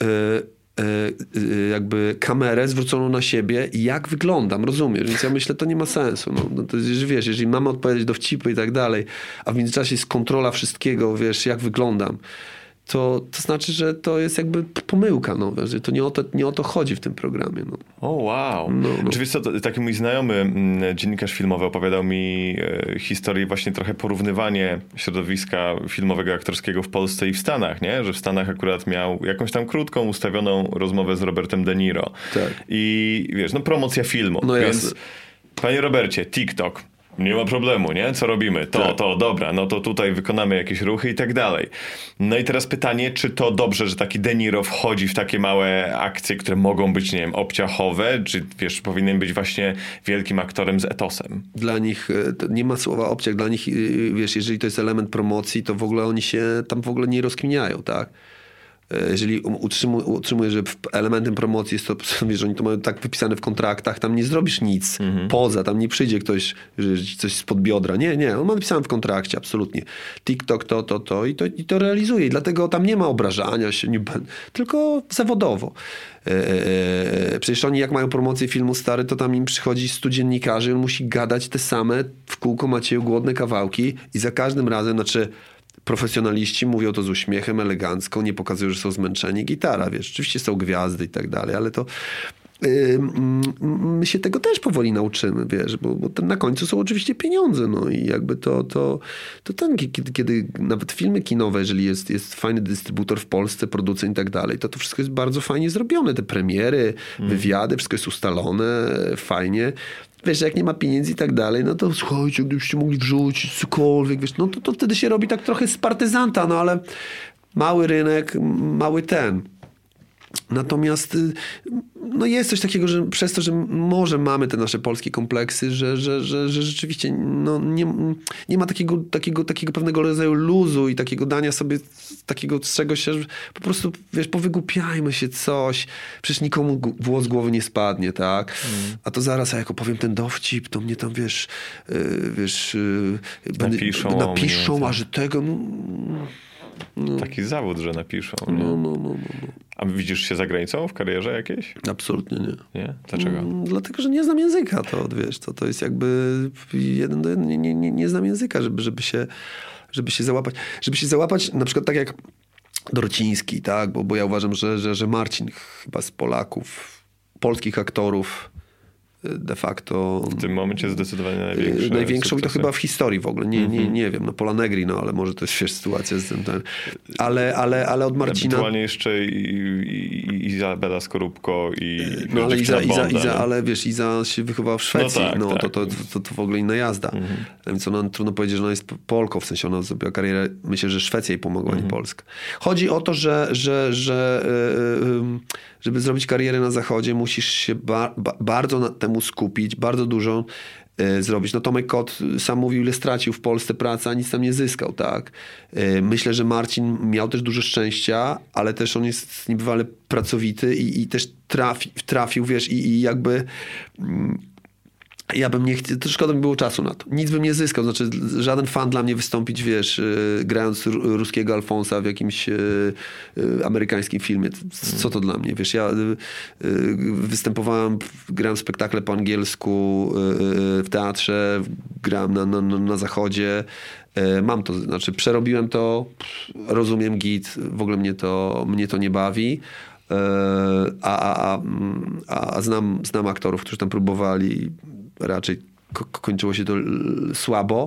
y, y, y, jakby kamerę zwróconą na siebie i jak wyglądam, rozumiesz? Więc ja myślę, to nie ma sensu. No, no to jest, wiesz, jeżeli mamy odpowiedzieć dowcipy i tak dalej, a w międzyczasie jest kontrola wszystkiego, wiesz, jak wyglądam, to, to znaczy, że to jest jakby pomyłka, no, że to nie o to, nie o to chodzi w tym programie. No. O, wow. No, no. Oczywiście to, taki mój znajomy m, dziennikarz filmowy opowiadał mi e, historię, właśnie trochę porównywanie środowiska filmowego, aktorskiego w Polsce i w Stanach, nie? Że w Stanach akurat miał jakąś tam krótką, ustawioną rozmowę z Robertem De Niro. Tak. I wiesz, no promocja filmu. No więc, jasne. Panie Robercie, TikTok. Nie ma problemu, nie? Co robimy? To, tak. to, dobra, no to tutaj wykonamy jakieś ruchy i tak dalej. No i teraz pytanie, czy to dobrze, że taki De Niro wchodzi w takie małe akcje, które mogą być, nie wiem, obciachowe, czy wiesz, powinien być właśnie wielkim aktorem z etosem? Dla nich nie ma słowa obciach, dla nich, wiesz, jeżeli to jest element promocji, to w ogóle oni się tam w ogóle nie rozkminiają, tak? Jeżeli utrzymuję, utrzymuję, że elementem promocji jest to, wiesz, oni to mają tak wypisane w kontraktach, tam nie zrobisz nic mhm. poza, tam nie przyjdzie ktoś, że ci coś spod biodra. Nie, nie, on ma napisane w kontrakcie, absolutnie. TikTok to, to, to i to, i to realizuje. I dlatego tam nie ma obrażania się, nie, tylko zawodowo. Eee, przecież oni jak mają promocję filmu stary, to tam im przychodzi stu dziennikarzy, on musi gadać te same w kółko Macieju głodne kawałki i za każdym razem, znaczy profesjonaliści mówią to z uśmiechem, elegancko, nie pokazują, że są zmęczeni. Gitara, wiesz, oczywiście są gwiazdy i tak dalej, ale to yy, my się tego też powoli nauczymy, wiesz, bo, bo na końcu są oczywiście pieniądze, no i jakby to, to, to ten, kiedy, kiedy nawet filmy kinowe, jeżeli jest, jest fajny dystrybutor w Polsce, producent i tak dalej, to to wszystko jest bardzo fajnie zrobione, te premiery, mm. wywiady, wszystko jest ustalone, fajnie. Wiesz, jak nie ma pieniędzy i tak dalej, no to słuchajcie, gdybyście mogli wrzucić cokolwiek, wiesz, no to, to wtedy się robi tak trochę z partyzanta, no ale mały rynek, mały ten. Natomiast no jest coś takiego, że przez to, że może mamy te nasze polskie kompleksy, że, że, że, że rzeczywiście no nie, nie ma takiego, takiego, takiego pewnego rodzaju luzu i takiego dania sobie takiego z czegoś, że po prostu, wiesz, powygłupiajmy się coś, przecież nikomu włos z głowy nie spadnie, tak? Mm. A to zaraz, a jak opowiem ten dowcip, to mnie tam, wiesz, yy, wiesz, yy, napiszą, będę, napiszą mnie, a że tego... No, no. Taki zawód, że napiszą. No, no, no, no, no. A widzisz się za granicą w karierze jakiejś? Absolutnie nie. Nie? Dlaczego? Mm, dlatego, że nie znam języka. To, wiesz, to, to jest jakby jeden do jeden. Nie, nie, nie znam języka, żeby, żeby, się, żeby się załapać. Żeby się załapać na przykład tak jak Dorociński, tak? Bo, bo ja uważam, że, że, że Marcin chyba z Polaków, polskich aktorów de facto... W tym momencie zdecydowanie największy. Największą i to chyba w historii w ogóle. Nie, nie, nie wiem, no Pola Negri, no ale może to jest wiesz, sytuacja z tym. Ten. Ale, ale, ale od Marcina... Ewentualnie jeszcze i, i, Izabela Skorupko i no ale Iza, Bonda, Iza, Iza, no. ale wiesz, Iza się wychowała w Szwecji. No, tak, no tak. To, to, to, to w ogóle inna jazda. Mhm. Więc ona, trudno powiedzieć, że ona jest Polką, w sensie ona zrobiła karierę, myślę, że Szwecja jej pomogła, mhm. nie Polska. Chodzi o to, że, że, że yy, yy, żeby zrobić karierę na Zachodzie, musisz się ba, ba, bardzo na temu skupić, bardzo dużo y, zrobić. No Tomek Kot sam mówił, ile stracił w Polsce pracy, a nic tam nie zyskał, tak? Y, myślę, że Marcin miał też dużo szczęścia, ale też on jest niebywale pracowity i, i też trafi, trafił, wiesz, i, i jakby... Mm, ja bym nie chciał, to szkoda mi było czasu na to. Nic bym nie zyskał, znaczy żaden fan dla mnie wystąpić, wiesz, yy, grając ruskiego Alfonsa w jakimś yy, yy, amerykańskim filmie. Co to dla mnie, wiesz, ja yy, występowałem, grałem spektakle po angielsku yy, w teatrze, grałem na, na, na zachodzie. Yy, mam to, znaczy przerobiłem to, rozumiem git, w ogóle mnie to, mnie to nie bawi. A, a, a, a znam, znam aktorów, którzy tam próbowali, raczej ko- kończyło się to słabo,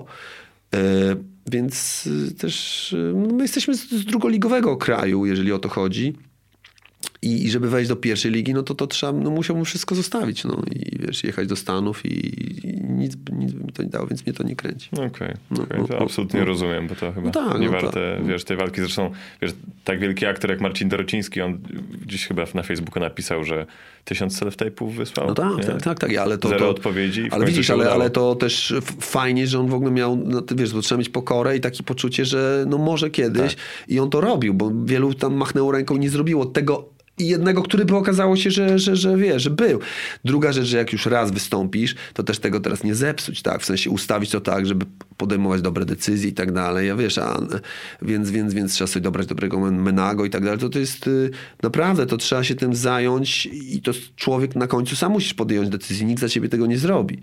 więc też my jesteśmy z, z drugoligowego kraju, jeżeli o to chodzi. I, I żeby wejść do pierwszej ligi, no to to trzeba, no musiałbym wszystko zostawić, no i wiesz, jechać do Stanów i, i nic, nic by mi to nie dało, więc mnie to nie kręci. Okej, okay, no, okay. no, to no, absolutnie no. rozumiem, bo to chyba no tak, nie no warte, tak. wiesz, tej walki. Zresztą, wiesz, tak wielki aktor jak Marcin Dorociński, on gdzieś chyba na Facebooku napisał, że tysiąc self-tape'ów wysłał. No tak, tak, tak, tak, ale to... Zero to, odpowiedzi. Ale widzisz, ale, ale to też fajnie, że on w ogóle miał, no, wiesz, bo trzeba mieć pokorę i takie poczucie, że no może kiedyś tak. I on to robił, bo wielu tam machnęło ręką i nie zrobiło tego i jednego, który by okazało się, że, że, że wie, że był. Druga rzecz, że jak już raz wystąpisz, to też tego teraz nie zepsuć, tak? W sensie ustawić to tak, żeby podejmować dobre decyzje i tak dalej. Ja wiesz, a, więc, więc, więc trzeba sobie dobrać dobrego menago i tak dalej. To, to jest naprawdę, to trzeba się tym zająć i to człowiek na końcu sam musisz podjąć decyzję. Nikt za ciebie tego nie zrobi.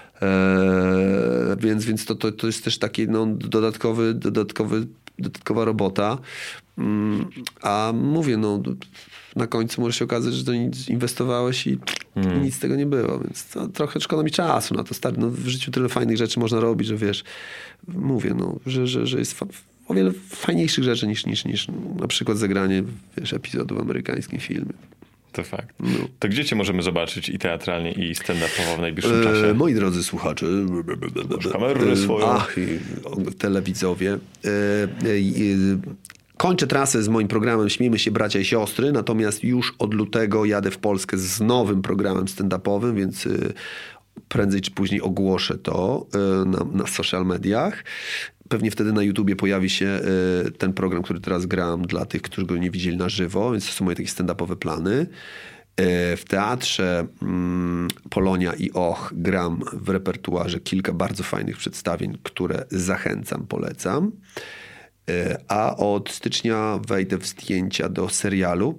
Eee, więc więc to, to, to jest też taki no, dodatkowy, dodatkowy, dodatkowa robota. Mm, a mówię, no na końcu może się okazać, że to nic inwestowałeś i hmm. nic z tego nie było, więc to trochę szkoda mi czasu na to. Stary, no, w życiu tyle fajnych rzeczy można robić, że wiesz, mówię, no, że, że, że jest fa- o wiele fajniejszych rzeczy niż, niż, niż na przykład zagranie, wiesz, epizodu w amerykańskim filmie. To fakt. No. To gdzie cię możemy zobaczyć i teatralnie, i stand-upowo w najbliższym czasie? E, moi drodzy słuchacze, Masz kamerę swoją. Ach, telewidzowie. E, e, e, Kończę trasę z moim programem Śmiejmy się bracia i siostry, natomiast już od lutego jadę w Polskę z nowym programem stand-upowym, więc prędzej czy później ogłoszę to na, na social mediach. Pewnie wtedy na YouTubie pojawi się ten program, który teraz gram dla tych, którzy go nie widzieli na żywo, więc to są moje takie stand-upowe plany. W teatrze Polonia i Och gram w repertuarze kilka bardzo fajnych przedstawień, które zachęcam, polecam. A od stycznia wejdę w zdjęcia do serialu.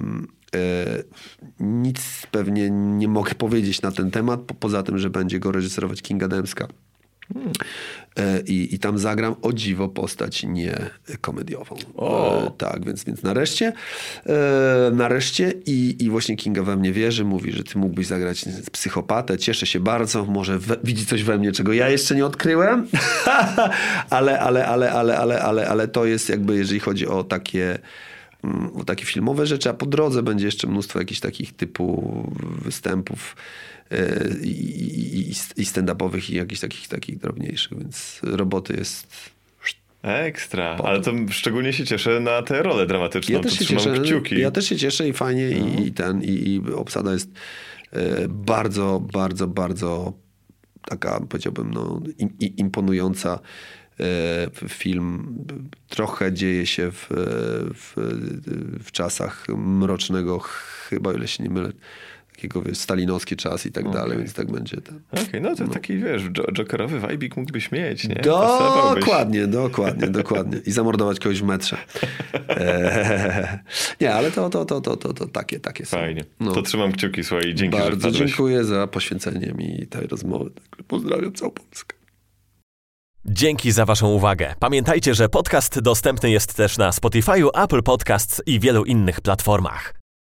Nic pewnie nie mogę powiedzieć na ten temat, poza tym, że będzie go reżyserować Kinga Dębska. Hmm. I, I tam zagram o dziwo postać nie komediową. E, tak, więc, więc nareszcie e, nareszcie i, i właśnie Kinga we mnie wierzy, mówi, że ty mógłbyś zagrać psychopatę. Cieszę się bardzo, może we, widzi coś we mnie, czego ja jeszcze nie odkryłem, ale, ale, ale, ale, ale, ale, ale to jest jakby, jeżeli chodzi o takie o takie filmowe rzeczy, a po drodze będzie jeszcze mnóstwo jakichś takich typu występów i, i, i stand-upowych i jakichś takich, takich drobniejszych, więc roboty jest Ekstra, ale to szczególnie się cieszę na tę rolę dramatyczną. Ja też to się trzymam cieszę, kciuki. ja też się cieszę i fajnie i, i ten, i, i obsada jest e, bardzo, bardzo, bardzo taka, powiedziałbym, no, im, imponująca. E, film trochę dzieje się w, w, w czasach mrocznego, chyba, o ile się nie mylę, takiego, wiesz, stalinowski czas i tak okay. dalej, więc tak będzie. Okej, okay, no to no. taki, wiesz, jokerowy wajbik mógłbyś mieć, nie? Dokładnie, dokładnie, dokładnie. I zamordować kogoś w metrze. Eee, nie, ale to, to, to, to, to, to takie, takie są. Fajnie. No. To trzymam kciuki, słuchaj, dzięki, Bardzo że wpadłeś. dziękuję za poświęcenie mi tej rozmowy. Pozdrawiam całą Polskę. Dzięki za waszą uwagę. Pamiętajcie, że podcast dostępny jest też na Spotify'u, Apple Podcasts i wielu innych platformach.